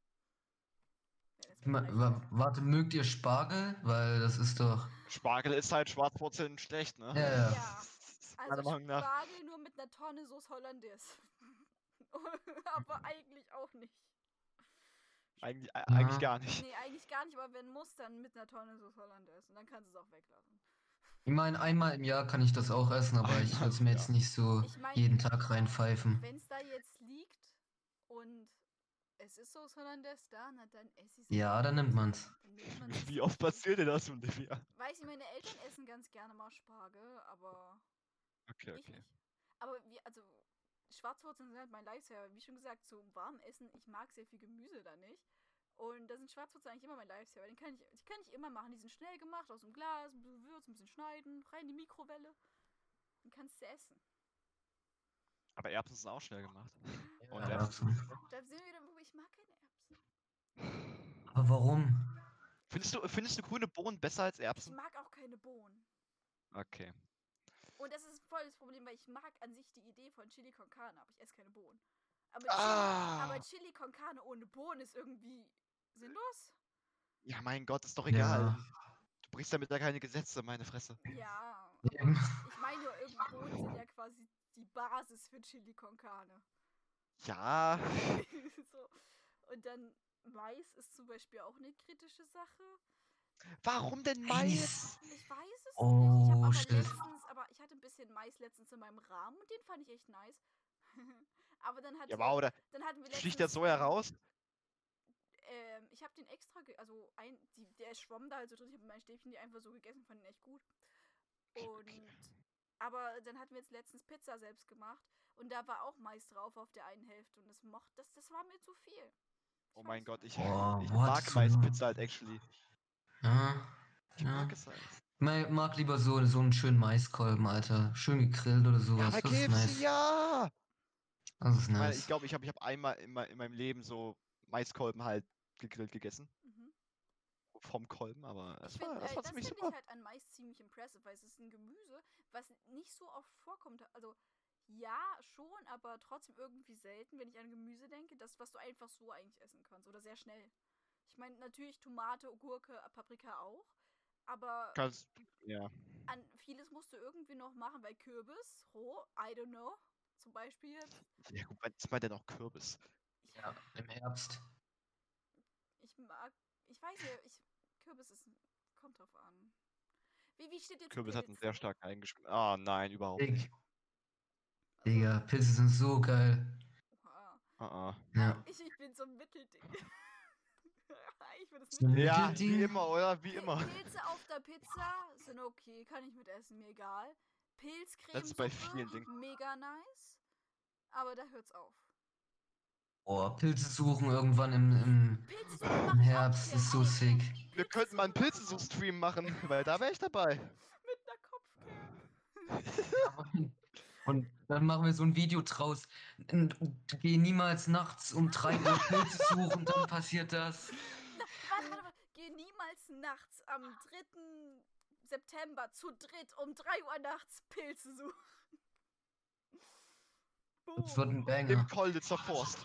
Ja, das Ma- wird wa- recht. Warte, mögt ihr Spargel? Weil das ist doch. Spargel ist halt Schwarzwurzeln schlecht, ne? Ja, ja. Ja, Meiner also Meinung nach. Spargel nur mit einer Tonne Sauce Hollandaise. Aber eigentlich auch nicht. Eigentlich, äh, eigentlich Ja. gar nicht. Nee, eigentlich gar nicht, aber wenn muss, dann mit einer Tonne Sauce Hollandaise. Und dann kannst du es auch weglassen. Ich meine, einmal im Jahr kann ich das auch essen, aber ich Einmal würde es im mir Jahr. jetzt nicht so Ich mein, jeden Tag reinpfeifen. Wenn es da jetzt liegt und es ist Sauce Hollandaise da, na dann esse ich es. Ja, dann nimmt man's. Dann nimmt man's. Wie oft passiert dir das, Olivia? Weiß ich, meine Eltern essen ganz gerne mal Spargel, aber Okay, ich okay. nicht. Aber wir, also Schwarzwurzeln sind halt mein Lifesaver. Wie schon gesagt, zum warmen Essen, ich mag sehr viel Gemüse da nicht. Und da sind Schwarzwurzeln eigentlich immer mein Lifesaver. Den kann ich, die kann ich immer machen. Die sind schnell gemacht, aus dem Glas, ein bisschen würzen, ein bisschen schneiden, rein in die Mikrowelle. Dann kannst du essen. Aber Erbsen sind auch schnell gemacht. Und Ja, Erbsen sind Erbsen. Da sind wir wieder, wo ich mag keine Erbsen. Aber warum? Findest du, findest du grüne Bohnen besser als Ich Erbsen? mag auch keine Bohnen. Okay. Und das ist voll das Problem, weil ich mag an sich die Idee von Chili con Carne, aber ich esse keine Bohnen. Aber Chili, Ah! aber Chili con Carne ohne Bohnen ist irgendwie sinnlos. Ja, mein Gott, ist doch egal. Ja. Du brichst damit ja keine Gesetze, meine Fresse. Ja, Eben. ich meine nur, irgendwie Bohnen sind ja quasi die Basis für Chili con Carne. Ja. So. Und dann Mais ist zum Beispiel auch eine kritische Sache. Warum denn Mais? Mais? Ich weiß es Oh, nicht. Ich habe aber shit. letztens, aber ich hatte ein bisschen Mais letztens in meinem Rahmen und den fand ich echt nice. Aber dann hatte, Ja, wow, da dann hatten wir sticht der letztens, Soja raus? Ähm, ich habe den extra, ge also ein, die, der schwamm da halt so drin. Ich habe meine Stäbchen die einfach so gegessen, fand den echt gut. Und aber dann hatten wir jetzt letztens Pizza selbst gemacht und da war auch Mais drauf auf der einen Hälfte und das mochte, das, das war mir zu viel. Oh Ich mein weiß Gott, nicht. ich, Oh, ich what? mag Maispizza halt actually. Ja. Ich Ja. mag es halt. Ich mag lieber so, so einen schönen Maiskolben, Alter. Schön gegrillt oder Ja, sowas. bei Das K ist F C, nice. ja! Das ist Ich meine, ich nice. glaube, ich habe ich hab einmal in, mei- in meinem Leben so Maiskolben halt gegrillt gegessen. Mhm. Vom Kolben, aber das Ich war, find, das äh, war das ziemlich finde super. ich halt an Mais ziemlich impressive, weil es ist ein Gemüse, was nicht so oft vorkommt. Also ja, schon, aber trotzdem irgendwie selten, wenn ich an Gemüse denke, das, was du einfach so eigentlich essen kannst oder sehr schnell. Ich meine, natürlich Tomate, Gurke, Paprika auch, aber Kannst, ja. an vieles musst du irgendwie noch machen, weil Kürbis, roh, I don't know, zum Beispiel jetzt. Ja gut, wann ist man denn auch Kürbis? Ja, im Herbst. Ich mag, ich weiß ja, ich, Kürbis ist, kommt drauf an. Wie, wie steht jetzt Kürbis hat einen Pilz? sehr starken Eigengeschmack. Ah, nein, überhaupt Dig. nicht. Digga, Pilze sind so geil. Oha. Ah, ah. Ja. Ich, ich bin so ein Mittelding. Ich bin das So ein Mittelding. Ja, Mittelding? wie immer, oder? Wie Pil- immer. Pilze auf der Pizza sind okay, kann ich mit essen, mir egal. Pilzcreme Das ist bei vielen Dingen. mega nice. Aber da hört's auf. Oh, Pilze suchen irgendwann im, im, Pilze suchen im mach ich auch Herbst gern. ist so Ey, sick. Wir Pilze könnten mal einen suchen mach ich Pilzensuch-Stream machen, weil da wäre ich dabei. Mit einer Kopfcam. Und dann machen wir so ein Video draus. n- geh niemals nachts um drei Uhr Pilze suchen, dann passiert das. Na, warte, warte, warte. Geh niemals nachts am dritten September zu dritt um drei Uhr nachts Pilze suchen. Das wird ein Im Banger. Kolditzer Forst.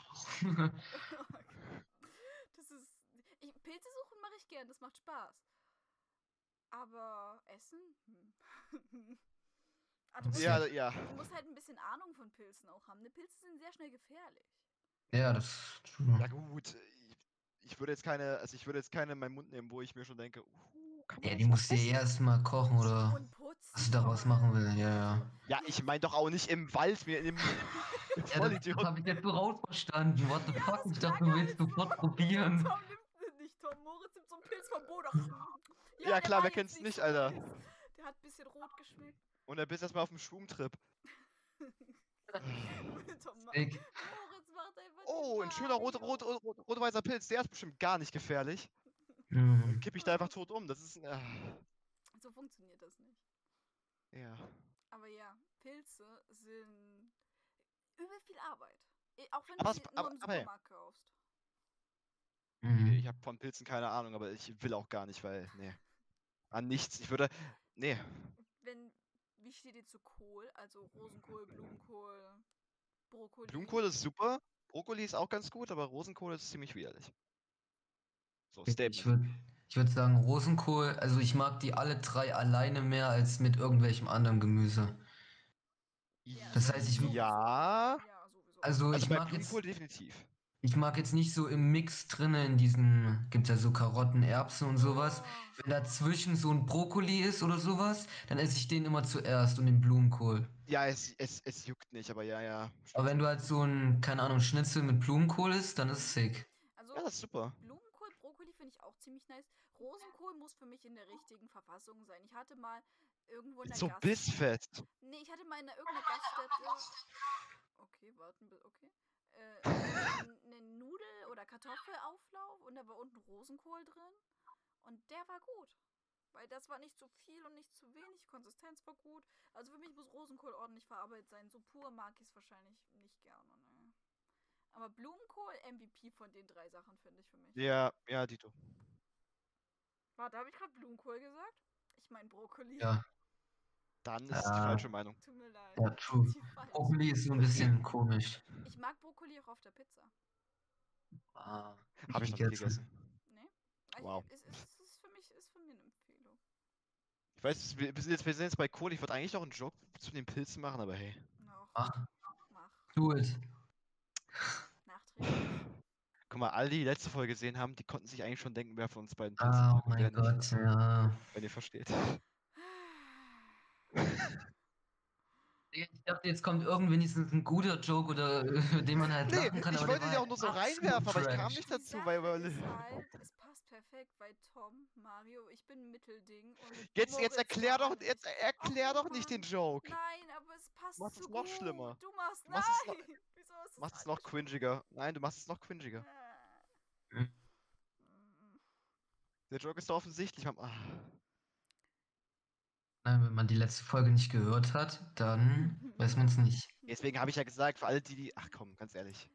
Das ist. Ich, Pilze suchen mache ich gern, das macht Spaß. Aber Essen? Hm. Ah, du, musst Ja, halt, ja. du musst halt ein bisschen Ahnung von Pilzen auch haben. Ne, Pilze sind sehr schnell gefährlich. Ja, das ist Ja true. gut, ich, ich würde jetzt keine, also ich würde jetzt keine in meinen Mund nehmen, wo ich mir schon denke, uh, kann man Ja, das die noch musst du essen? ja erstmal kochen oder Und putzen. was du vor daraus machen allem. will. Ja, ja. Ja, ich meine doch auch nicht im Wald, mir in dem Ja, das Vollidiot. habe ich jetzt so rausverstanden. What the Ja, fuck? das Ich dachte, klang du willst halt sofort so. probieren. Tom nimmt, nicht Tom, Moritz nimmt so einen Pilz vom Boden. Ja, Ja, der klar, war wer jetzt kennt's nicht nicht, so Alter? nice. Der hat ein bisschen rot geschmeckt. Und er bist erstmal auf dem Schwumtrip. Tom, Sick. Moritz macht einfach Oh, den ein schöner rot, Mario. rot, rot, rot, rot-weißer Pilz, der ist bestimmt gar nicht gefährlich. Mhm. Dann kipp ich da einfach tot um. Das ist. Äh, So funktioniert das nicht. ja. Aber ja, Pilze sind übel viel Arbeit. I- Auch wenn Aber du es- sie nur aber- im aber ja. Supermarkt kaufst. Mhm. Ich habe von Pilzen keine Ahnung, aber ich will auch gar nicht, weil. Nee. An nichts. Ich würde. Nee. Wenn, wie steht ihr zu Kohl? Also Rosenkohl, Blumenkohl, Brokkoli. Blumenkohl ist super. Brokkoli ist auch ganz gut, aber Rosenkohl ist ziemlich widerlich. So, Ich Statement. würde ich würd sagen, Rosenkohl, also ich mag die alle drei alleine mehr als mit irgendwelchem anderen Gemüse. Ja, Das so- heißt, ich- sowieso. Ja. Ja, sowieso. Also Also ich bei mag jetzt, Blumenkohl definitiv. ich mag jetzt nicht so im Mix drinne in diesen, gibt's ja so Karotten, Erbsen und sowas. Oh, Wenn dazwischen so ein Brokkoli ist oder sowas, dann esse ich den immer zuerst und den Blumenkohl. Ja, es, es, es juckt nicht, aber ja, ja. Aber stimmt wenn du schon. halt so ein, keine Ahnung, Schnitzel mit Blumenkohl isst, dann ist es sick. also Ja, das ist super. Blumenkohl, Brokkoli finde ich auch ziemlich nice. Rosenkohl muss für mich in der richtigen Verfassung sein. Ich hatte mal irgendwo in der So Gast... bissfest. Nee, ich hatte mal in einer, irgendeiner Gaststätte... Okay, warten, bi- okay. Äh, einen Nudel- oder Kartoffelauflauf und da war unten Rosenkohl drin. Und der war gut. Weil das war nicht zu viel und nicht zu wenig. Konsistenz war gut. Also für mich muss Rosenkohl ordentlich verarbeitet sein. So pur mag ich es wahrscheinlich nicht gerne. Ne? Aber Blumenkohl M V P von den drei Sachen, finde ich für mich. Ja, ja, Dito. Warte, habe ich gerade Blumenkohl gesagt? Ich meine Brokkoli. Ja, Dann ist es die Ah. falsche Meinung. Tut mir leid. ja, Das true. ist die falsche. Brokkoli ist so ein bisschen komisch. Ich mag Brokkoli auch auf der Pizza. Ah, Habe ich noch nie gegessen. Nee? Also Wow. Es ist, es ist für mich ist für mich eine Empfehlung. Ich weiß, wir, wir, sind jetzt, wir sind jetzt bei Kohl. Ich würde eigentlich noch einen Joke zu den Pilzen machen, aber hey. Noch. Mach, Mach. do it. Nachträglich. Guck mal, alle, die die letzte Folge gesehen haben, die konnten sich eigentlich schon denken, wer von uns beiden Pilze Ah, oh mag und wer mein Gott, nicht. ja. Wenn ihr versteht. Ich dachte, jetzt kommt irgendwie wenigstens ein guter Joke oder über den man halt Nee, lachen kann, ich aber wollte der die war auch nur so absolut reinwerfen, aber ich kam trash. nicht Die dazu, Sache weil. weil ist halt, es passt perfekt, weil Tom, Mario, ich bin ein Mittelding und jetzt, jetzt Moritz erklär gar doch, nicht. jetzt erklär Och, doch nicht den Mann. Joke. Nein, aber es passt Du machst zu es noch gut. schlimmer. Du machst, Du machst es nein. noch- Wieso ist Du machst das es noch alles cringiger. Nein, du machst es noch cringiger. Äh. Hm. Mm. Der Joke ist doch offensichtlich. Man, ah. Nein, wenn man die letzte Folge nicht gehört hat, dann weiß man es nicht. Deswegen habe ich ja gesagt, für alle die, die. Ach komm, ganz ehrlich.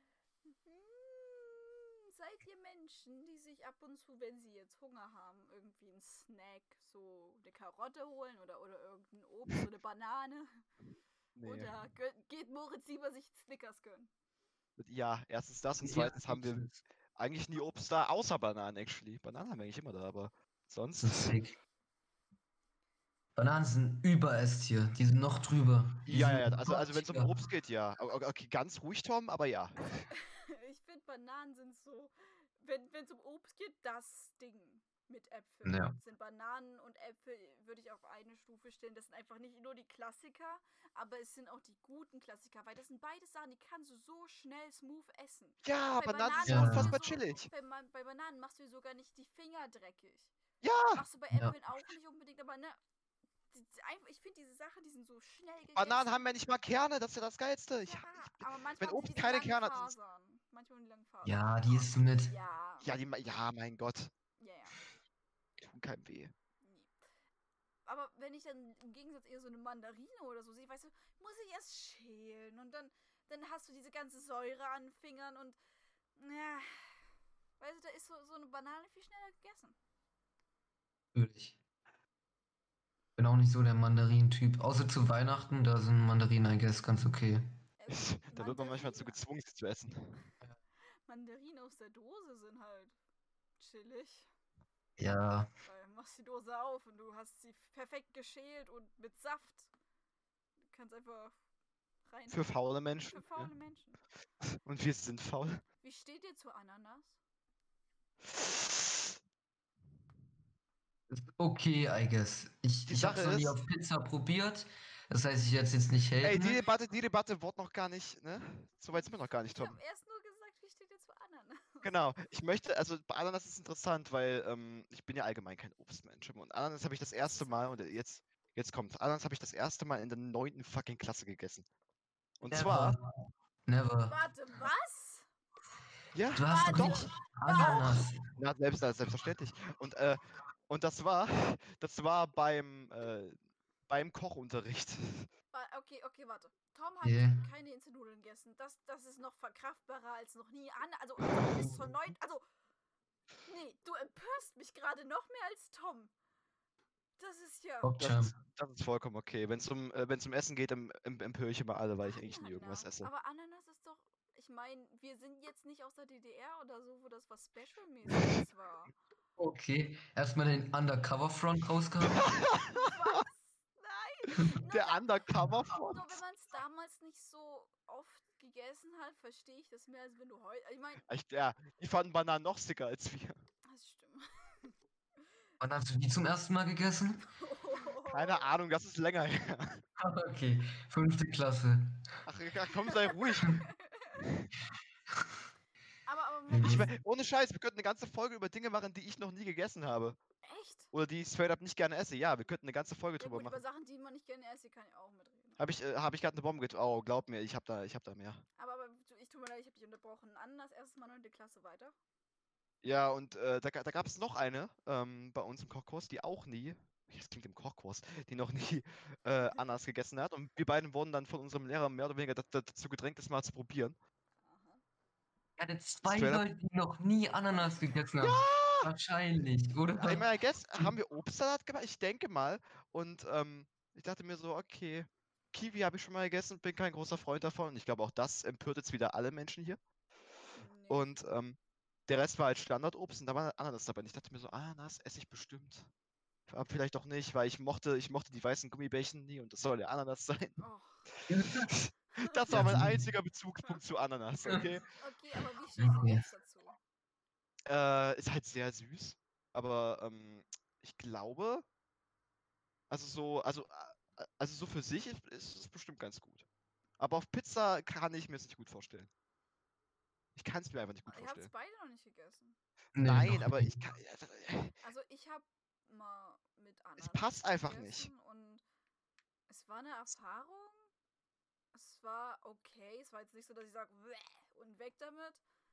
Hm, seid ihr Menschen, die sich ab und zu, wenn sie jetzt Hunger haben, irgendwie einen Snack, so eine Karotte holen oder, oder irgendein Obst, so eine Banane? Nee. Oder gö- geht Moritz lieber sich Snickers gönnen? Ja, erstens das und Ja, zweitens haben wir eigentlich nie Obst da, außer Bananen, actually. Bananen haben wir eigentlich immer da, aber sonst. Das ist sick. Bananen sind über S-Tier. Die sind noch drüber. Die Ja, sind ja, ja. Also, also wenn es um Top-Tier. Obst geht, ja. O- o- Okay, ganz ruhig, Tom, aber ja. Also, ich finde, Bananen sind so, wenn es um Obst geht, das Ding mit Äpfeln. Ja. Sind Bananen und Äpfel, würde ich auf eine Stufe stellen. Das sind einfach nicht nur die Klassiker, aber es sind auch die guten Klassiker, weil das sind beide Sachen, die kannst du so schnell smooth essen. Ja, Bei Bananen sind Ja. machst du unfassbar dir so, chillig. Bei, Ma- bei Bananen machst du dir sogar nicht die Finger dreckig. Ja! Machst du bei Ja. Äpfeln auch nicht unbedingt, aber ne, die- die- einfach- ich finde diese Sachen, die sind so schnell gegessen. Bananen haben ja nicht mal Kerne, das ist ja das Geilste. Ich, Ja, ich, aber manchmal wenn haben die Obst diese keine langen Kerne hat, ist es- Fasern. Manchmal haben die langen Fasern. Ja, die isst du mit. Ja, ja, die, ma- ja, mein Gott. ja, ja. Tun keinem weh. Nee. Aber wenn ich dann im Gegensatz eher so eine Mandarine oder so sehe, weißt du, muss ich erst schälen und dann dann hast du diese ganze Säure an den Fingern und ja, weißt du, da ist so, so eine Banane viel schneller gegessen. Natürlich. Bin auch nicht so der Mandarin-Typ. Außer zu Weihnachten, da sind Mandarinen, I guess, ganz okay. Äh, Da wird man manchmal zu Mandarine- gezwungen, sie zu essen. Mandarinen aus der Dose sind halt chillig. Ja, Weil du machst die Dose auf und du hast sie perfekt geschält und mit Saft. Du kannst einfach rein. Für faule Menschen. Für faule Ja. Menschen. Und wir sind faul. Wie steht ihr zu Ananas? ist okay, I guess. Ich, Die ich habe es Sache noch nie ist- auf Pizza probiert. Das heißt, ich werde es jetzt nicht Ey, haten. die Debatte, die Debatte wurde noch gar nicht, ne? So weit sind wir noch gar nicht, Ich Tom. habe erst nur gesagt, wie steht ihr zu Ananas? Genau. Ich möchte, also bei Ananas ist interessant, weil ähm, ich bin ja allgemein kein Obstmensch. Und Ananas habe ich das erste Mal, und jetzt, jetzt kommt, Ananas habe ich das erste Mal in der neunten fucking Klasse gegessen. Und Never. zwar, Never. Warte, was? ja, Du hast doch Warte, nicht Ananas. na, selbst, selbstverständlich. Und, äh, und das war, das war beim, äh, beim Kochunterricht. Wa- Okay, okay, warte. Tom hat Okay. keine Instant-Nudeln gegessen. Das, das ist noch verkraftbarer als noch nie an. Also, also bis zur neunten. Also. Nee, du empörst mich gerade noch mehr als Tom. Das ist ja. Das Bockjam. ist, das ist vollkommen okay. Wenn es um, äh, wenn's um Essen geht, dann em- empöre ich immer alle, weil ich eigentlich nie irgendwas Ananas. esse. Aber Ananas ist doch. Ich meine, wir sind jetzt nicht aus der D D R oder so, wo das was Special-mäßiges war. Okay. Erstmal den Undercover-Front rausgehauen. Was? Nein! Nur Der da- Undercover Nur von. wenn man es damals nicht so oft gegessen hat, verstehe ich das mehr, als wenn du heute. Ich meine, Echt, ja, die fanden Bananen noch sicker als wir. das stimmt. Wann hast du die zum ersten Mal gegessen? Keine Ahnung, das ist länger her. Okay. Fünfte Klasse. Ach, ja, komm, sei ruhig. aber, aber Nee, Ich Moment, mein, ohne Scheiß, wir könnten eine ganze Folge über Dinge machen, die ich noch nie gegessen habe. echt? Oder die ich straight up nicht gerne esse. Ja, wir könnten eine ganze Folge Ja drüber gut, über machen. Sachen, die man nicht gerne esse, kann ich auch mitreden. Habe ich, äh, hab ich gerade eine Bombe getroffen. Oh, glaub mir, ich hab da, ich hab da mehr. Aber, aber du- ich tut mir leid, ich habe dich unterbrochen. Ananas, erstes Mal neunte Klasse weiter. Ja, und äh, da, ga- da gab es noch eine ähm, bei uns im Kochkurs, die auch nie, das klingt im Kochkurs, die noch nie äh, Ananas gegessen hat. Und wir beiden wurden dann von unserem Lehrer mehr oder weniger da- da- dazu gedrängt, das mal zu probieren. Aha. Ich hatte zwei Straight up. Leute, die noch nie Ananas gegessen haben. Wahrscheinlich, oder? Ich meine, I guess, haben wir Obstsalat gemacht? Ich denke mal. Und ähm, ich dachte mir so, okay, Kiwi habe ich schon mal gegessen, bin kein großer Freund davon. Und ich glaube, auch das empört jetzt wieder alle Menschen hier. Nee. Und ähm, der Rest war halt Standardobst und da war Ananas dabei. Und ich dachte mir so, Ananas esse ich bestimmt. Aber vielleicht auch nicht, weil ich mochte, ich mochte die weißen Gummibärchen nie und das soll der Ananas sein. Oh. Das war mein einziger Bezugspunkt zu Ananas, okay? Okay, aber wie stehst du Okay. jetzt dazu? Äh, ist halt sehr süß, aber ähm, ich glaube, also so, also, äh, also so für sich ist, ist es bestimmt ganz gut. Aber auf Pizza kann ich mir es nicht gut vorstellen. Ich kann es mir einfach nicht gut Ihr habt es vorstellen. beide noch nicht gegessen. Nee, Nein, noch aber nicht. ich kann. Also ich habe mal mit Ananas passt einfach gegessen und es war eine Erfahrung. Es war okay. Es war jetzt nicht so, dass ich sage, und weg damit.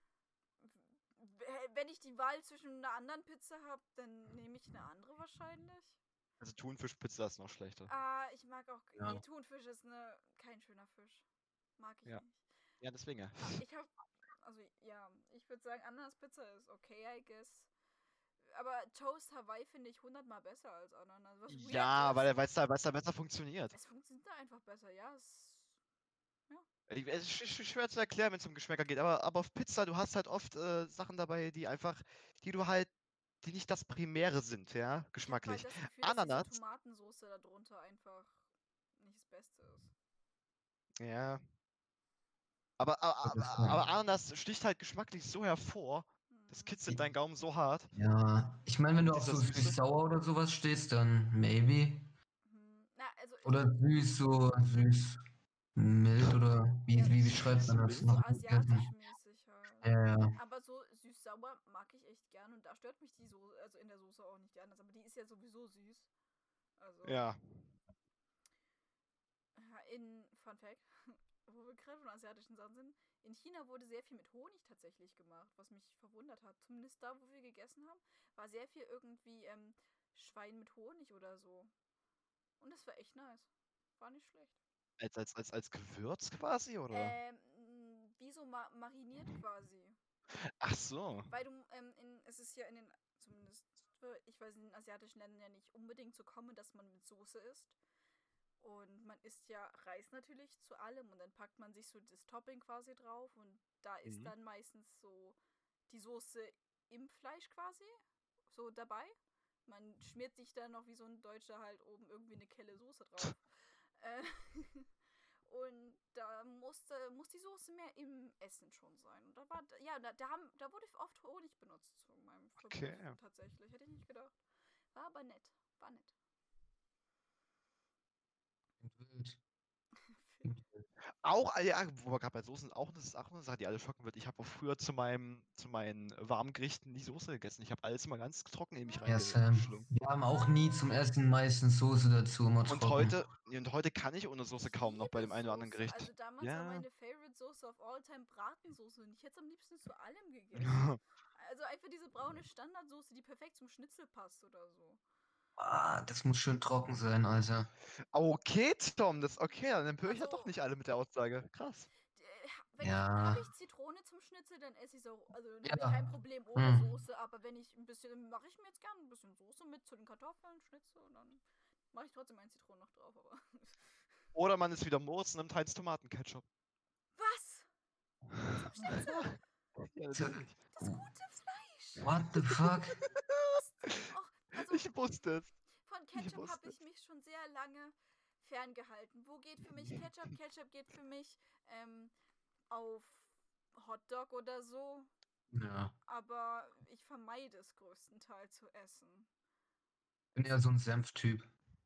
W- Wenn ich die Wahl zwischen einer anderen Pizza habe, dann nehme ich eine andere wahrscheinlich. Also Thunfischpizza ist noch schlechter. Ah, ich mag auch. Ja. Nee, Thunfisch ist ne, kein schöner Fisch. Mag ich Ja. nicht. Ja, deswegen ja. Ah, ich habe. Also ja, ich würde sagen, Ananas-Pizza ist okay, I guess. Aber Toast Hawaii finde ich hundertmal besser als Ananas. Was weird Ja, ist. weil es da, weil's da besser funktioniert. Es funktioniert da einfach besser, ja. Es, Ich- Es ist sch- sch- schwer zu erklären, wenn es um Geschmäcker geht, aber, aber auf Pizza, du hast halt oft äh, Sachen dabei, die einfach, die du halt, die nicht das Primäre sind, ja, ich habe halt geschmacklich. das Gefühl, Ananas, dass diese Tomatensoße da drunter einfach nicht das Beste ist. ja. Aber, aber, Das aber, kann- aber Ananas sticht halt geschmacklich so hervor, das Hm. kitzelt deinen Gaumen so hart. Ja, ich meine, wenn du auf Dieser so Süße. süß-sauer oder sowas stehst, dann maybe. Hm, Na, also ich Oder süß, so süß, mild oder wie, Ja, wie beschreibt man das süß-mild. so noch? asiatisch mäßig halt. Ja, ja. Aber so süß-sauer mag ich echt gern und da stört mich die Soße, also in der Soße auch nicht die anders, aber die ist ja sowieso süß. Also Ja. ja, in Fun Fact, wo wir gerade von asiatischen Sachen sind, in China wurde sehr viel mit Honig tatsächlich gemacht, was mich verwundert hat. Zumindest da, wo wir gegessen haben, war sehr viel irgendwie ähm, Schwein mit Honig oder so. Und das war echt nice. War nicht schlecht. Als, als, als, als Gewürz quasi, oder? Ähm, wie so ma mariniert quasi. Ach so. Weil du, ähm, in, es ist ja in den, zumindest, für- ich weiß, in den asiatischen Ländern ja nicht unbedingt so kommen, dass man mit Soße isst. Und man isst ja Reis natürlich zu allem und dann packt man sich so das Topping quasi drauf und da ist Mhm. dann meistens so die Soße im Fleisch quasi, so dabei. Man schmiert sich dann noch wie so ein Deutscher halt oben irgendwie eine Kelle Soße drauf. Äh, und da musste, muss die Soße mehr im Essen schon sein. Und da war, ja, da, da, haben, da wurde oft Honig benutzt zu meinem Okay. Verblüffen tatsächlich. Hätte ich nicht gedacht. War aber nett. War nett. Wild. Auch, äh, ja, wo wir gerade bei Soßen auch, das ist auch eine Sache, die alle schocken wird. Ich habe auch früher zu meinem, zu meinen warmen Gerichten nie Soße gegessen. Ich habe alles immer ganz trocken in mich Ja, Sam. reingeschlungen. Wir haben auch nie zum Essen meistens Soße dazu, immer Und trocken. heute, und heute kann ich ohne Soße Ich kaum noch bei liebe dem einen oder anderen Soße. Gericht. Also damals war Ja. meine Favorite Soße of all time Bratensoße und ich hätte es am liebsten zu allem gegessen. Also einfach diese braune Standardsoße, die perfekt zum Schnitzel passt oder so. Ah, das muss schön trocken sein, Alter. Okay, Tom, das okay, dann empöre ich ja Also- doch nicht alle mit der Aussage. Krass. Äh, Wenn Ja. ich, habe ich Zitrone zum Schnitzel, dann esse ich es auch, also dann habe ich Ja. kein Problem ohne Hm. Soße, aber wenn ich ein bisschen, mache ich mir jetzt gerne ein bisschen Soße mit zu den Kartoffeln, Schnitzel und dann mache ich trotzdem ein Zitronen noch drauf, aber Oder man ist wieder Moritz und nimmt Heinz Tomatenketchup. was? Zum Schnitzel? Ja, natürlich. Das gute Fleisch. What the fuck? Och, also Ich wusste es. von ich Ketchup wusste habe ich mich schon sehr lange ferngehalten. Wo geht für mich Ketchup? Ketchup geht für mich ähm, auf Hotdog oder so, Ja. aber ich vermeide es größtenteils zu essen. Ich bin eher so ein Senftyp.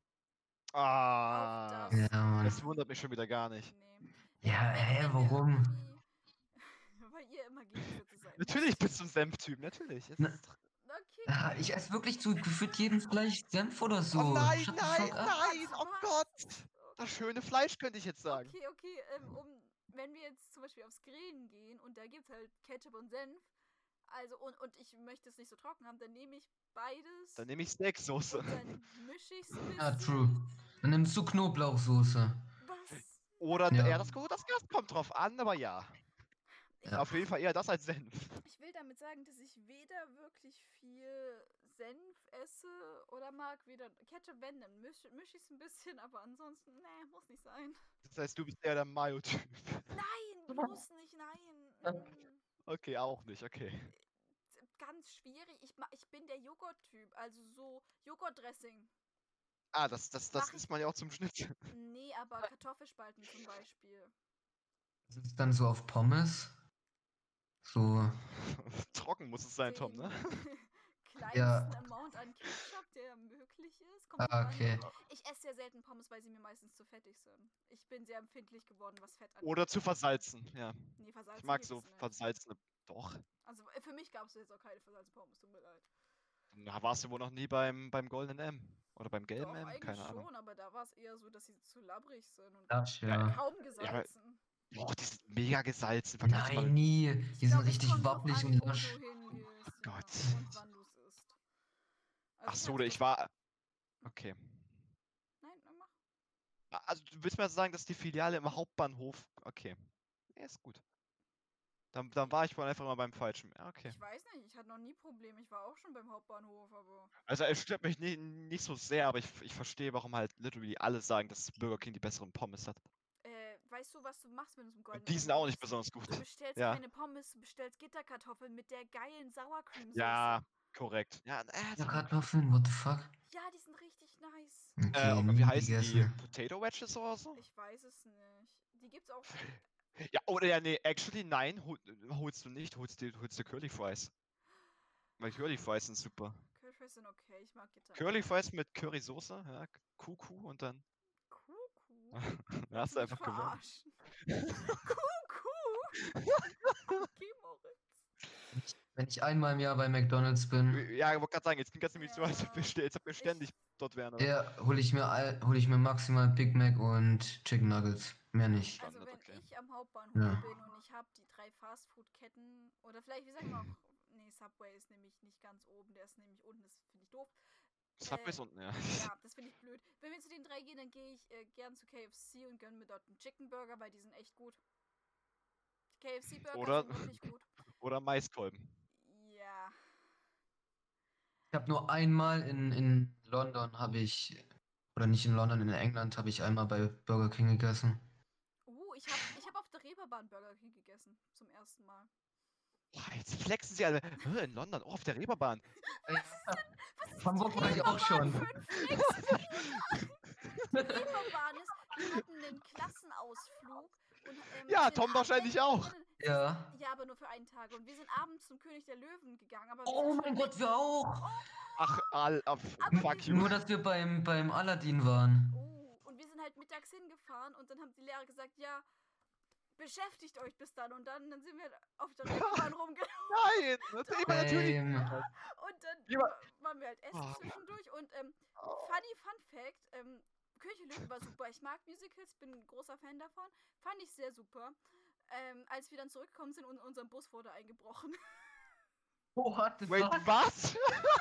Ah, Auch das. Ja, Mann. das wundert mich schon wieder gar nicht. Nee. Ja, wenn- hä, wenn wir warum? irgendwie- Weil ihr immer Gegensätze seid. Natürlich bist du ein Senftyp, natürlich. Es Na- ist doch- Okay. Ja, ich esse wirklich zu gefühlt jedem Fleisch Senf oder so. Oh nein, Shut the nein, fuck up. nein, oh Was? Gott. Das schöne Fleisch könnte ich jetzt sagen. Okay, okay, ähm, um, wenn wir jetzt zum Beispiel aufs Grillen gehen und da gibt es halt Ketchup und Senf, also und, und ich möchte es nicht so trocken haben, dann nehme ich beides Dann nehme ich Steaksoße. und dann mische ich es ein bisschen. Ja, true. Dann nimmst du Knoblauchsoße. Was? Oder, Ja. ja, das, gut, das, das kommt drauf an, aber ja. Ja. Auf jeden Fall eher das als Senf. Ich will damit sagen, dass ich weder wirklich viel Senf esse oder mag, weder Ketchup, wenn, dann mische misch ich es ein bisschen, aber ansonsten, nee, muss nicht sein. Das heißt, du bist eher der Mayo-Typ. Nein, bloß nicht, nein. Mm. Okay, auch nicht, okay. Ganz schwierig. Ich, ma- ich bin der Joghurt-Typ, also so Joghurtdressing. Ah, das, das, das Mach ich- isst man ja auch zum Schnitzel. Nee, aber Kartoffelspalten zum Beispiel. Das ist dann so auf Pommes. So. Trocken muss es sein, Tom, Den ne? kleinsten Ja. Amount an Ketchup, der möglich ist. Kommt Ah, drauf an. okay. Ich esse sehr selten Pommes, weil sie mir meistens zu fettig sind. Ich bin sehr empfindlich geworden, was Fett angeht. Oder zu versalzen, ja. Nee, versalzen Ich mag gibt's so nicht. versalzene. Doch. Also äh, für mich gab es jetzt auch keine versalzene Pommes, tut mir leid. Na, warst du wohl noch nie beim, beim goldenen M? Oder beim gelben Doch, M? eigentlich Keine Ahnung. schon, aber da war es eher so, dass sie zu labbrig sind und Das, Ja, ja. kaum aber- gesalzen. Boah, die sind mega gesalzen. Vergleich mal Nein, mit- nie. Ich Die sind glaub, es richtig kommt drauf wabbelig an, und wo lasch. du hingehst, ja, Gott. und wann du es isst. Also Ach ich so, hab's ich doch- war. Okay. Nein, nein, mach. Ah, Also, du willst mir sagen, dass die Filiale im Hauptbahnhof. Okay. Ja, ist gut. Dann, dann war ich wohl einfach mal beim Falschen. Ja, okay. Ich weiß nicht, ich hatte noch nie Probleme. Ich war auch schon beim Hauptbahnhof, aber. Also, es stört mich nie, nicht so sehr, aber ich, ich verstehe, warum halt literally alle sagen, dass Burger King die besseren Pommes hat. Äh, weißt du, was du machst, wenn du zum Goldenen Und die M sind auch nicht gehst? besonders gut. Du bestellst Ja. keine Pommes, du bestellst Gitterkartoffeln mit der geilen Sauercreme-Soße. Ja, korrekt. Ja, äh, Ja, so- Kartoffeln, what the fuck? Ja, die sind richtig nice. äh, Okay, aber nie wie heißen die? gegessen. Potato Wedges oder so? Ich weiß es nicht. Die gibt's auch. Ja, oder ja, nee, actually, nein, hol, holst du nicht, holst du, holst du Curly Fries. Weil Curly Fries sind super. Currywurst sind okay, ich mag Gitter. Curly Fries mit Currysoße, ja, Kuku und dann. Kuku? Da hast du einfach gewonnen. Kuku? Okay, Moritz. Wenn ich einmal im Jahr bei McDonalds bin, Ja, ich wollte gerade sagen, jetzt klingt das nämlich so, als ob wir, Ja. st- als ob wir ständig dort wären. Oder? ja, hole ich mir all- hol ich mir maximal Big Mac und Chicken Nuggets. Mehr nicht. Also Standard, wenn okay. ich am Hauptbahnhof Ja. bin und ich habe die drei Fastfood-Ketten oder vielleicht, wie sagen wir auch, nee, Subway ist nämlich nicht ganz oben, der ist nämlich unten, das finde ich doof. Subway ist äh, unten, ja. Ja, das finde ich blöd. Wenn wir zu den drei gehen, dann gehe ich äh, gern zu K F C und gönne mir dort einen Chicken Burger, weil die sind echt gut. K F C-Burger Oder- sind wirklich gut. Oder Maiskolben. Ja. Ich habe nur einmal in, in London habe ich, oder nicht in London, in England habe ich einmal bei Burger King gegessen. Uh, ich habe ich hab auf der Reeperbahn Burger King gegessen. Zum ersten Mal. Boah, jetzt flexen sie alle. Hä, in London, oh, auf der Reeperbahn. Was ist Hamburg die war ich auch schon. Reeperbahn für ein Flex? Die Reeperbahn ist, wir hatten einen Klassenausflug. Und, ähm, Ja, sind Tom ab- wahrscheinlich nein, auch. nein, nein, nein, Ja. Ja, aber nur für einen Tag. Und wir sind abends zum König der Löwen gegangen. Aber wir Oh sind mein schon Gott, wir auch. Ach, all, auf, Aber fuck wir- you. Nur, dass wir beim, beim Aladdin waren. Oh, und wir sind halt mittags hingefahren und dann haben die Lehrer gesagt, ja, beschäftigt euch bis dann. Und dann, dann sind wir auf der Reeperbahn rumgelaufen. Nein, das ist immer natürlich. Ähm, Und dann Lieber- wa- waren wir halt essen Oh. zwischendurch. Und ähm, funny Fun Fact, ähm, König der Löwen war super. Ich mag Musicals, bin ein großer Fan davon. Fand ich sehr super. Ähm, als wir dann zurückgekommen sind und unser Bus wurde eingebrochen. what the Wait, fuck? was?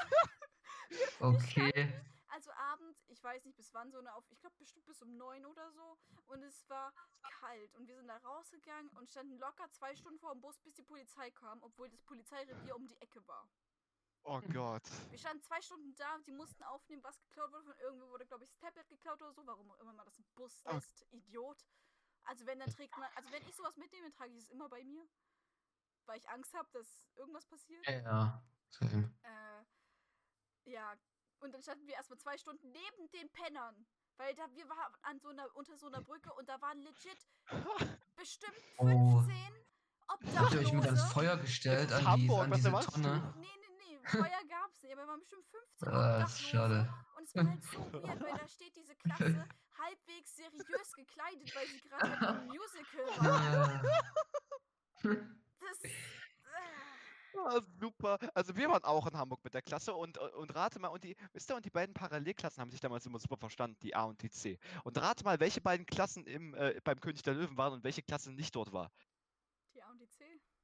Okay. Also abends, ich weiß nicht bis wann, so eine auf, ich glaube bestimmt bis um neun oder so. Und es war kalt. Und wir sind da rausgegangen und standen locker zwei Stunden vor dem Bus, bis die Polizei kam, obwohl das Polizeirevier um die Ecke war. Oh Gott. Wir standen zwei Stunden da, die mussten aufnehmen, was geklaut wurde. Von irgendwo wurde, glaube ich, das Tablet geklaut oder so. Warum auch immer man das im Bus Oh. lässt. Idiot. Also wenn, dann trägt man, also wenn ich sowas mitnehme, trage ich es immer bei mir. Weil ich Angst habe, dass irgendwas passiert. Ja, same. Äh, ja. Und dann standen wir erstmal zwei Stunden neben den Pennern. Weil da, wir waren an so einer, unter so einer Brücke und da waren legit bestimmt Oh. fünfzehn Habt ihr euch mit ans Obdachlose. Feuer gestellt, Das ist an, die, Hamburg, an was diese erwartest du? Tonne? Nee, nee, nee, Feuer gab's nicht, aber wir waren bestimmt fünfzehn Ah, ist Obdachlose. schade. Und es war halt so weird, weil da steht diese Klasse halbwegs seriös gekleidet, weil sie gerade halt im Musical war. Äh, Das. Äh, Ah, super. Also wir waren auch in Hamburg mit der Klasse und, und rate mal, und die, wisst ihr, und die beiden Parallelklassen haben sich damals immer super verstanden, die A und die C. Und rate mal, welche beiden Klassen im, äh, beim König der Löwen waren und welche Klasse nicht dort war. die A und die C.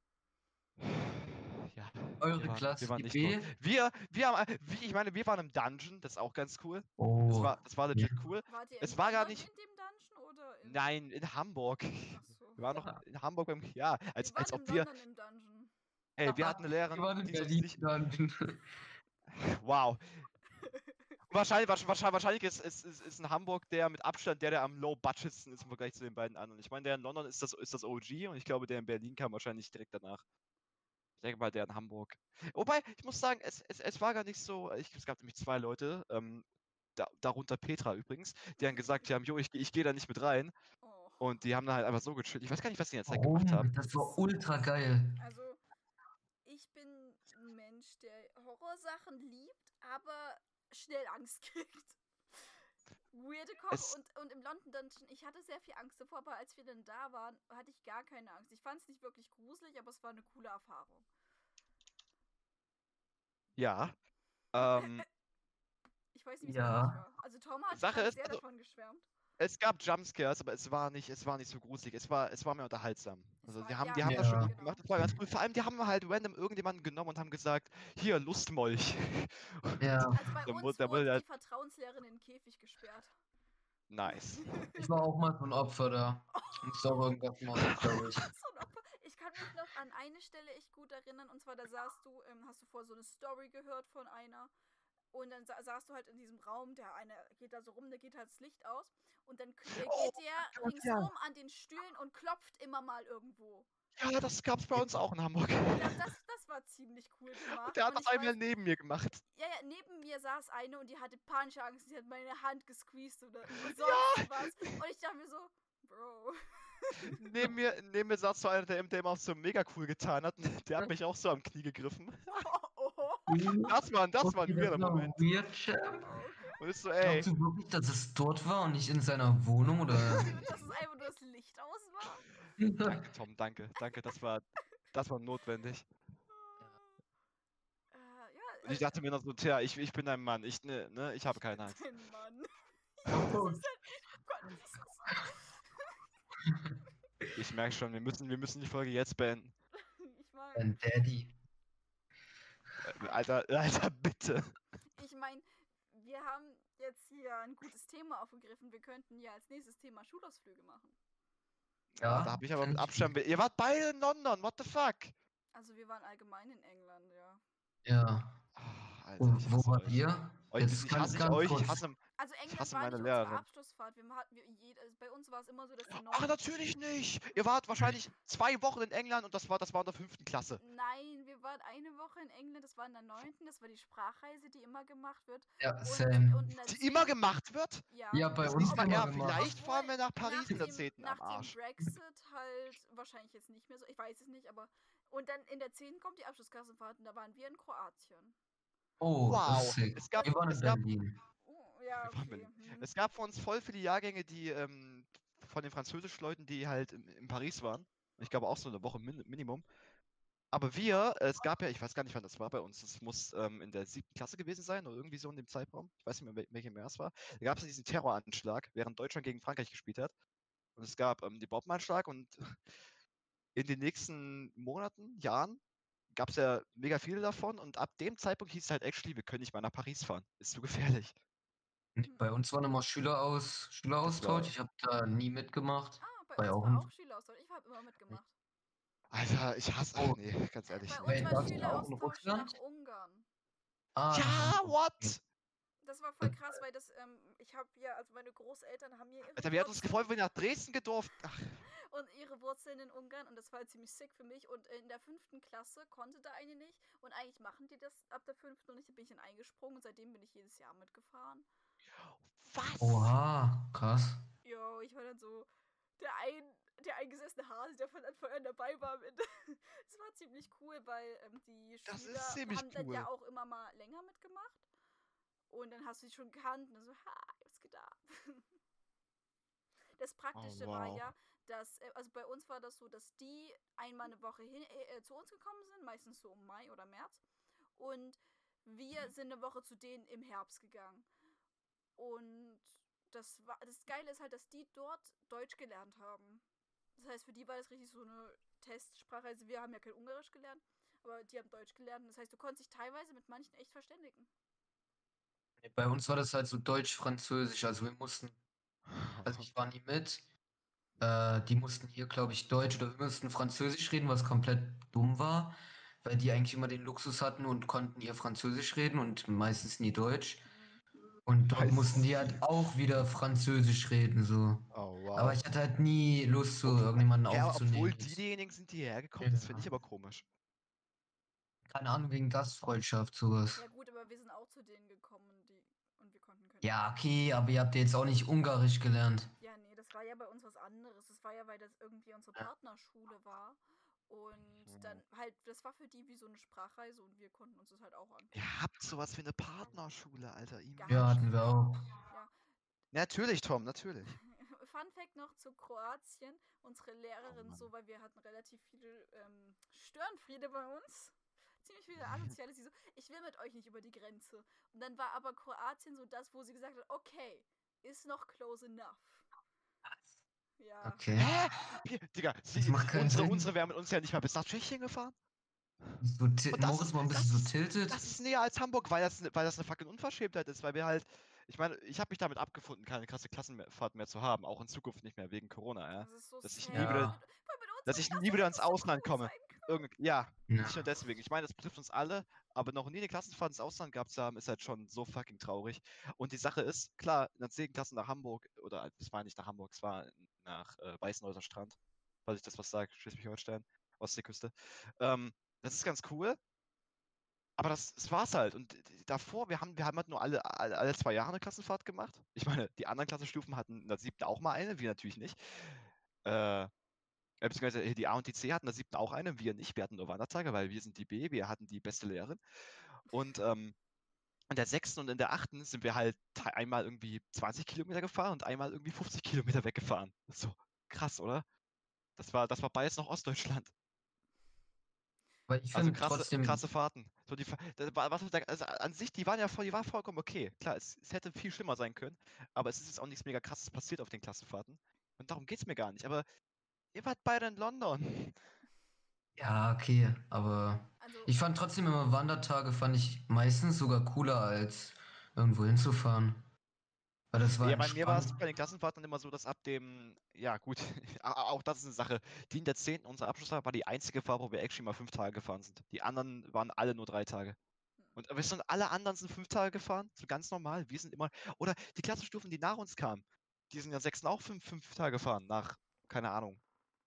Ja. Eure wir waren, Klasse, wir waren die nicht B? dort. Wir, wir haben, äh, wie, ich meine, wir waren im Dungeon, das ist auch ganz cool. Das Oh. war, das war legit cool. Wart ihr Es in war gar London nicht- in dem Dungeon oder in. Nein, in Hamburg. Achso. Wir waren noch in Hamburg beim, ja, als, wir als waren ob in wir, London im Dungeon. hey, wir hatten eine Wir Lehrerin, waren in die so Berlin sich, dann. wow. Wahrscheinlich, wahrscheinlich, wahrscheinlich ist, ist, ist, ist in Hamburg der mit Abstand der, der am low budgetsten ist im Vergleich zu den beiden anderen. Ich meine, der in London ist das, ist das O G und ich glaube, der in Berlin kam wahrscheinlich direkt danach. Ich denke mal, der in Hamburg. Wobei, ich muss sagen, es, es, es war gar nicht so. Ich, es gab nämlich zwei Leute, ähm, da, darunter Petra übrigens, die haben gesagt haben, jo, ich, ich gehe da nicht mit rein. Oh. Und die haben dann halt einfach so gechillt. Ich weiß gar nicht, was die in der Zeit gemacht Warum? haben. Das war ultra geil. Also, ich bin ein Mensch, der Horrorsachen liebt, aber schnell Angst kriegt. Weirde Koch Es- und, und im London Dungeon, ich hatte sehr viel Angst davor, aber als wir dann da waren, hatte ich gar keine Angst. Ich fand es nicht wirklich gruselig, aber es war eine coole Erfahrung. Ja. Ähm, Ich weiß nicht, wie es Ja. bei euch war. Also Tom hat Sache gerade ist, sehr also- davon geschwärmt. es gab Jumpscares, aber es war nicht, es war nicht so gruselig. Es war, es war mehr unterhaltsam. Es Also war- die haben, ja, die haben ja, das schon genau. gut gemacht. Das war ganz cool. Vor allem, die haben halt random irgendjemanden genommen und haben gesagt, hier, Lustmolch. Ja. Also bei Der uns mu- der wurde wurde halt- die Vertrauenslehrerin in den Käfig gesperrt. Nice. Ich war auch mal so ein Opfer da. Und so irgendwas machen, glaube ich. So ein Opfer. Ich kann mich noch an eine Stelle echt gut erinnern, und zwar da saßt du, ähm, hast du vorher so eine Story gehört von einer, und dann sa saßt du halt in diesem Raum, der eine geht da so rum, da geht halt das Licht aus, und dann k- äh, Oh geht der Gott, ja. ringsrum an den Stühlen und klopft immer mal irgendwo. Ja, das gab's bei uns auch in Hamburg. Das, das, das war ziemlich cool gemacht. Der hat und das ich einmal weiß, neben mir gemacht. ja, ja, neben mir saß eine und die hatte panische Angst, die hat meine Hand gesqueezed oder sonst was. Und ich dachte mir so, Bro. Neben mir, neben mir saß so einer, der, der immer auch so mega cool getan hat. Der hat mich auch so am Knie gegriffen. Oh, oh. Das war, das war ein Okay, weirder war Moment. Weird, Champ. Und ist so, ey, Glaubst du wirklich, dass es dort war und nicht in seiner Wohnung oder? Dass es einfach nur das Licht aus war? danke Tom, danke, danke, das war, das war notwendig. Äh, ja, Und ich dachte mir noch so, tja, ich, ich bin ein Mann, ich, ne, ne, ich habe keine Angst. Ein Mann. Oh, Das ist halt echt, oh Gott, das ist Ich merke schon, wir müssen, wir müssen die Folge jetzt beenden. Ich meine, Dein Daddy. Äh, Alter, Alter, bitte. ich mein, wir haben jetzt hier ein gutes Thema aufgegriffen. Wir könnten ja als nächstes Thema Schulausflüge machen. Ja, da habe ich aber find mit Abstand. Ihr wart beide in London, what the fuck? Also wir waren allgemein in England, ja. Ja. Ah, Alter, Wo, ich wo hasse wart euch. ihr? Euch Jetzt ich ganz, hasse nicht ganz euch, ich kurz. hasse, Also ich England hasse war meine nicht unsere Lehrerin. Abschlussfahrt. Wir hatten, wir, jed- also bei uns war es immer so, dass die Ach, neun. natürlich nicht. Ihr wart wahrscheinlich zwei Wochen in England und das war, das war in der fünften Klasse. Nein, wir waren eine Woche in England, das war in der neunten. Das war die Sprachreise, die immer gemacht wird. Ja, Und, same. und in der Die immer zehnten gemacht wird? Ja. Ja, bei Das uns nächste Mal, immer ja, gemacht. vielleicht Obwohl, fahren wir nach nach Paris in der dem, zehnten nach am dem Arsch. Brexit halt wahrscheinlich jetzt nicht mehr so. Ich weiß es nicht, aber. Und dann in der zehnten kommt die Abschlussklassenfahrt und da waren wir in Kroatien. Oh, das Wow. ist sick. Es gab, Wir waren in es gab, Berlin. Oh, ja, wir waren in okay. Berlin. Hm. Es gab von uns voll viele Jahrgänge, die ähm, von den französischen Leuten, die halt in, in Paris waren. Ich glaube auch so eine Woche Min Minimum. Aber wir, äh, es gab ja, ich weiß gar nicht, wann das war bei uns, das muss ähm, in der siebten Klasse gewesen sein oder irgendwie so in dem Zeitraum. Ich weiß nicht mehr, wel welchem Jahr es war. Da gab es diesen Terroranschlag, während Deutschland gegen Frankreich gespielt hat. Und es gab ähm, den Bombenanschlag und in den nächsten Monaten, Jahren, gab es ja mega viele davon und ab dem Zeitpunkt hieß es halt actually, wir können nicht mal nach Paris fahren. Ist zu gefährlich. Nee, bei uns waren immer Schüler aus, Das war, Schüleraustausch. Ich habe da nie mitgemacht. Ah, bei War ja uns auch war ein. auch Schüleraustausch. Ich habe immer mitgemacht. Alter, ich hasse, ach Oh, nee, ganz ehrlich, Bei nee. uns ey, war warst du auch in Schüleraustausch nach Russland? Ungarn. Ah, nach Ja, Hamburg. what? Das war voll krass, weil das, ähm, ich habe ja, also meine Großeltern haben mir ihre Alter, wir hatten uns Wurzeln gefreut, wenn wir nach Dresden gedurft. Ach, und ihre Wurzeln in Ungarn und das war halt ziemlich sick für mich. Und in der fünften Klasse konnte da eine nicht. Und eigentlich machen die das ab der fünften und ich bin ich dann eingesprungen und seitdem bin ich jedes Jahr mitgefahren. was? Oha, krass. Jo, ich war dann so der ein, der eingesessene Hase, der von Anfang an dabei war am Ende. Das war ziemlich cool, weil ähm, die Das Schüler ist ziemlich haben dann cool. ja auch immer mal länger mitgemacht. Und dann hast du sie schon gekannt und dann so, ha, was geht ab? Das Praktische Oh, war wow. ja, dass, äh, also bei uns war das so, dass die einmal eine Woche hin, äh, zu uns gekommen sind, meistens so im Mai oder März. Und wir sind eine Woche zu denen im Herbst gegangen. Und das war, das Geile ist halt, dass die dort Deutsch gelernt haben. Das heißt, für die war das richtig so eine Testsprache. Also wir haben ja kein Ungarisch gelernt, aber die haben Deutsch gelernt. Das heißt, du konntest dich teilweise mit manchen echt verständigen. Bei uns war das halt so Deutsch-Französisch. Also wir mussten, also ich war nie mit. Äh, die mussten hier, glaube ich, Deutsch oder wir mussten Französisch reden, was komplett dumm war, weil die eigentlich immer den Luxus hatten und konnten ihr Französisch reden und meistens nie Deutsch. Mhm. Und dort Weiß. mussten die halt auch wieder Französisch reden, so. Oh, Aber wow. ich hatte halt nie Lust, so Obwohl, irgendjemanden ja, obwohl aufzunehmen. die diejenigen sind, die hierher gekommen, Ja. das finde ich aber komisch. Keine Ahnung, wegen Gastfreundschaft, sowas. Ja gut, aber wir sind auch zu denen gekommen die, und wir konnten kein Ja, Ungarisch. okay, aber ihr habt ja jetzt auch nicht Ungarisch gelernt. Ja, nee, das war ja bei uns was anderes. Das war ja, weil das irgendwie unsere Ja. Partnerschule war. Und dann halt, das war für die wie so eine Sprachreise und wir konnten uns das halt auch angucken. Ihr habt sowas wie eine Partnerschule, Alter. Gehabt. Ja, hatten wir auch. Ja. Natürlich, Tom, natürlich. Fun Fact noch zu Kroatien. Unsere Oh, Lehrerin Mann. so, weil wir hatten relativ viele ähm, Störenfriede bei uns. Ziemlich viele Asoziale. Sie so, ich will mit euch nicht über die Grenze. Und dann war aber Kroatien so das, wo sie gesagt hat, okay, ist noch close enough. Ja. Okay. Hä? Hier, Digga, sie, Das macht keinen unsere, Sinn. unsere wären mit uns ja nicht mal bis nach Tschechien gefahren. So ti- Und das Moritz ist, mal ein das bisschen so ist, tiltet. das ist näher als Hamburg, weil das, weil das eine fucking Unverschämtheit ist, weil wir halt, ich meine, ich habe mich damit abgefunden, keine krasse Klassenfahrt mehr zu haben, auch in Zukunft nicht mehr wegen Corona, ja. Das ist so Dass ich sad. nie wieder, Ja. Weil mit uns dass in ich Klasse nie wieder hätte ins es so Ausland cool komme. sein können. Irgend, ja, Ja. nicht nur deswegen. Ich meine, das betrifft uns alle, aber noch nie eine Klassenfahrt ins Ausland gehabt zu haben, ist halt schon so fucking traurig. Und die Sache ist, klar, in der zehnten Klasse nach Hamburg, oder es war nicht nach Hamburg, es war nach äh, Weißenhäuser Strand, falls ich das was sage, Schleswig-Holstein, Ostseeküste. Ähm, das ist ganz cool, aber das, das war's halt. Und d- d- davor, wir haben, wir haben halt nur alle, alle, alle zwei Jahre eine Klassenfahrt gemacht. Ich meine, die anderen Klassenstufen hatten in der siebten auch mal eine, wir natürlich nicht. Äh, äh, beziehungsweise äh, die A und die C hatten in der siebten auch eine, wir nicht. Wir hatten nur Wandertage, weil wir sind die B, wir hatten die beste Lehrerin. Und ähm, in der sechsten und in der achten sind wir halt te- einmal irgendwie zwanzig Kilometer gefahren und einmal irgendwie fünfzig Kilometer weggefahren. So krass, oder? Das war, das war beides noch Ostdeutschland. Aber ich Also finde krasse, trotzdem, krasse Fahrten. So die, Fa- das war- was, also an sich, die waren ja voll, die waren vollkommen okay. Klar, es, es hätte viel schlimmer sein können, aber es ist jetzt auch nichts mega krasses passiert auf den Klassenfahrten. Und darum geht's mir gar nicht. Aber ihr wart beide in London. ja, okay, aber Also, ich fand trotzdem immer Wandertage fand ich meistens sogar cooler als irgendwo hinzufahren. Weil das war Ja, bei mir war es entspannt. bei den Klassenfahrten immer so, dass ab dem, ja gut, a- a- auch das ist eine Sache. Die in der zehnten unser Abschlussfahrt war die einzige Fahrt, wo wir actually mal fünf Tage gefahren sind. Die anderen waren alle nur drei Tage. Und wir sind alle anderen sind fünf Tage gefahren, so ganz normal. Wir sind immer, oder die Klassenstufen, die nach uns kamen, die sind ja sechsten auch fünf, fünf Tage gefahren, nach, keine Ahnung,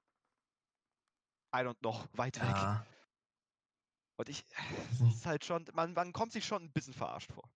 ein und noch weit weg. Ja. Und ich, es Mhm. ist halt schon, man, man kommt sich schon ein bisschen verarscht vor.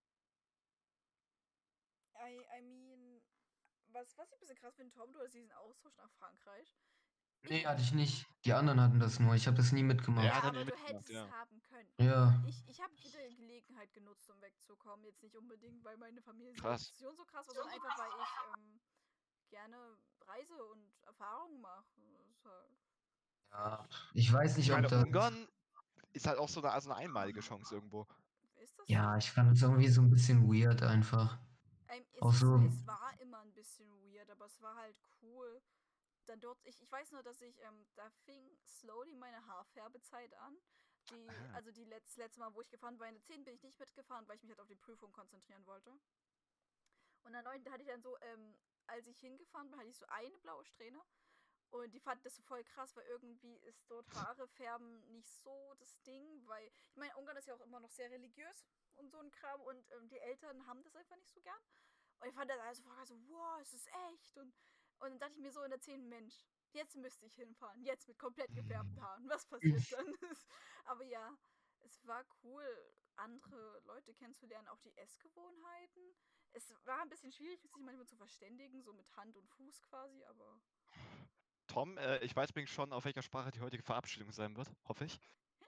I, I mean, was, was ich ein bisschen krass finde, Tom, du hast diesen Austausch nach Frankreich. Nee, hatte ich nicht. Die anderen hatten das nur. Ich habe das nie mitgemacht. Ja, Ja, hat er aber nie du mitgemacht, hättest es ja. haben können. Ja. Ich, ich habe jede Gelegenheit genutzt, um wegzukommen. Jetzt nicht unbedingt, weil meine Krass. Familiensituation so krass war, sondern einfach, weil ich ähm, gerne reise und Erfahrungen mache. Das ist halt Ja. Ich weiß nicht, Ich ob meine, das. Ungarn ist halt auch so eine, also eine einmalige Chance irgendwo. ist das Ja, so? ich fand es irgendwie so ein bisschen weird einfach. Ähm, es, Auch ist, so. es war immer ein bisschen weird, aber es war halt cool. Dann dort, ich, ich weiß nur, dass ich, ähm, da fing slowly meine Haarfärbezeit an. Die, Ah. also die letz, letzte Mal, wo ich gefahren war, in der zehn bin ich nicht mitgefahren, weil ich mich halt auf die Prüfung konzentrieren wollte. Und in der neunten hatte ich dann so, ähm, als ich hingefahren bin, hatte ich so eine blaue Strähne. Und die fanden das so voll krass, weil irgendwie ist dort Haare färben nicht so das Ding, weil, ich meine, Ungarn ist ja auch immer noch sehr religiös und so ein Kram und ähm, die Eltern haben das einfach nicht so gern. Und ich fand das also voll so, wow, es ist echt. Und, und dann dachte ich mir so in der zehnten Mensch, jetzt müsste ich hinfahren, jetzt mit komplett gefärbten Haaren. Was passiert dann? Aber ja, es war cool, andere Leute kennenzulernen, auch die Essgewohnheiten. Es war ein bisschen schwierig, sich manchmal zu verständigen, so mit Hand und Fuß quasi, aber Tom, äh, ich weiß übrigens schon, auf welcher Sprache die heutige Verabschiedung sein wird, hoffe ich.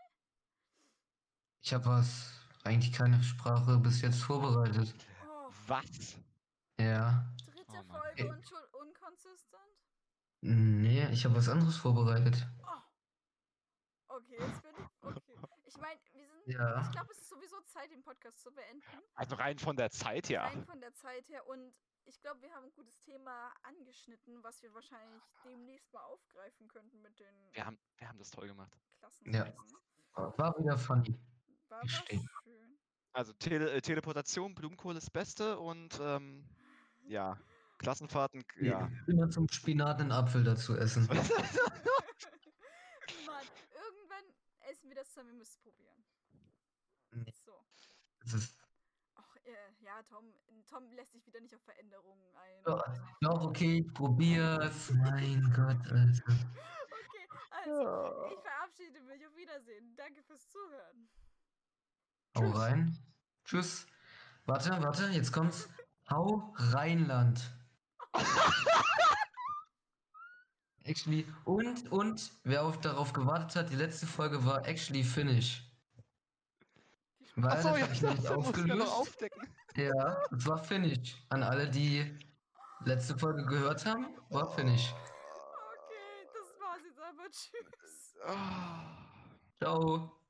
Ich habe was, eigentlich keine Sprache bis jetzt vorbereitet. oh, Was? Ja. dritte Oh Mann. Folge und schon unconsistent? Nee, ich habe was anderes vorbereitet. Oh. Okay, jetzt bin ich. Okay. Ich meine, wir sind. Ja. Ich glaube, es ist sowieso Zeit, den Podcast zu beenden. Also rein von der Zeit, ja. Rein von der Zeit her. Und ich glaube, wir haben ein gutes Thema angeschnitten, was wir wahrscheinlich demnächst mal aufgreifen könnten mit den Wir haben, wir haben das toll gemacht. Klassenreisen. War wieder funny. War Ich was stehe. schön. Also Tele äh, Teleportation, Blumenkohl ist das Beste und ähm, ja, Klassenfahrten, k- ja. Immer zum Spinat einen Apfel dazu essen. Mann, irgendwann essen wir das zusammen, wir müssen es probieren. Nee, So. das ist Ach, äh, ja, Tom, Tom lässt sich wieder nicht auf Veränderungen ein. doch, doch okay, ich probier's. Mein Gott, Alter. Okay, also, ich verabschiede mich. Auf Wiedersehen. Danke fürs Zuhören. Hau Tschüss. rein. Tschüss. Warte, warte, jetzt kommt's. Hau Rheinland. Actually, und, und, wer auf, darauf gewartet hat, die letzte Folge war actually Finish. Weil Achso, das ja, habe ich nämlich das mussten wir noch aufgelöst. aufdecken. Ja, das war Finish. An alle, die letzte Folge gehört haben, war Finish. Okay, das war's jetzt aber. Tschüss. Ah. Ciao.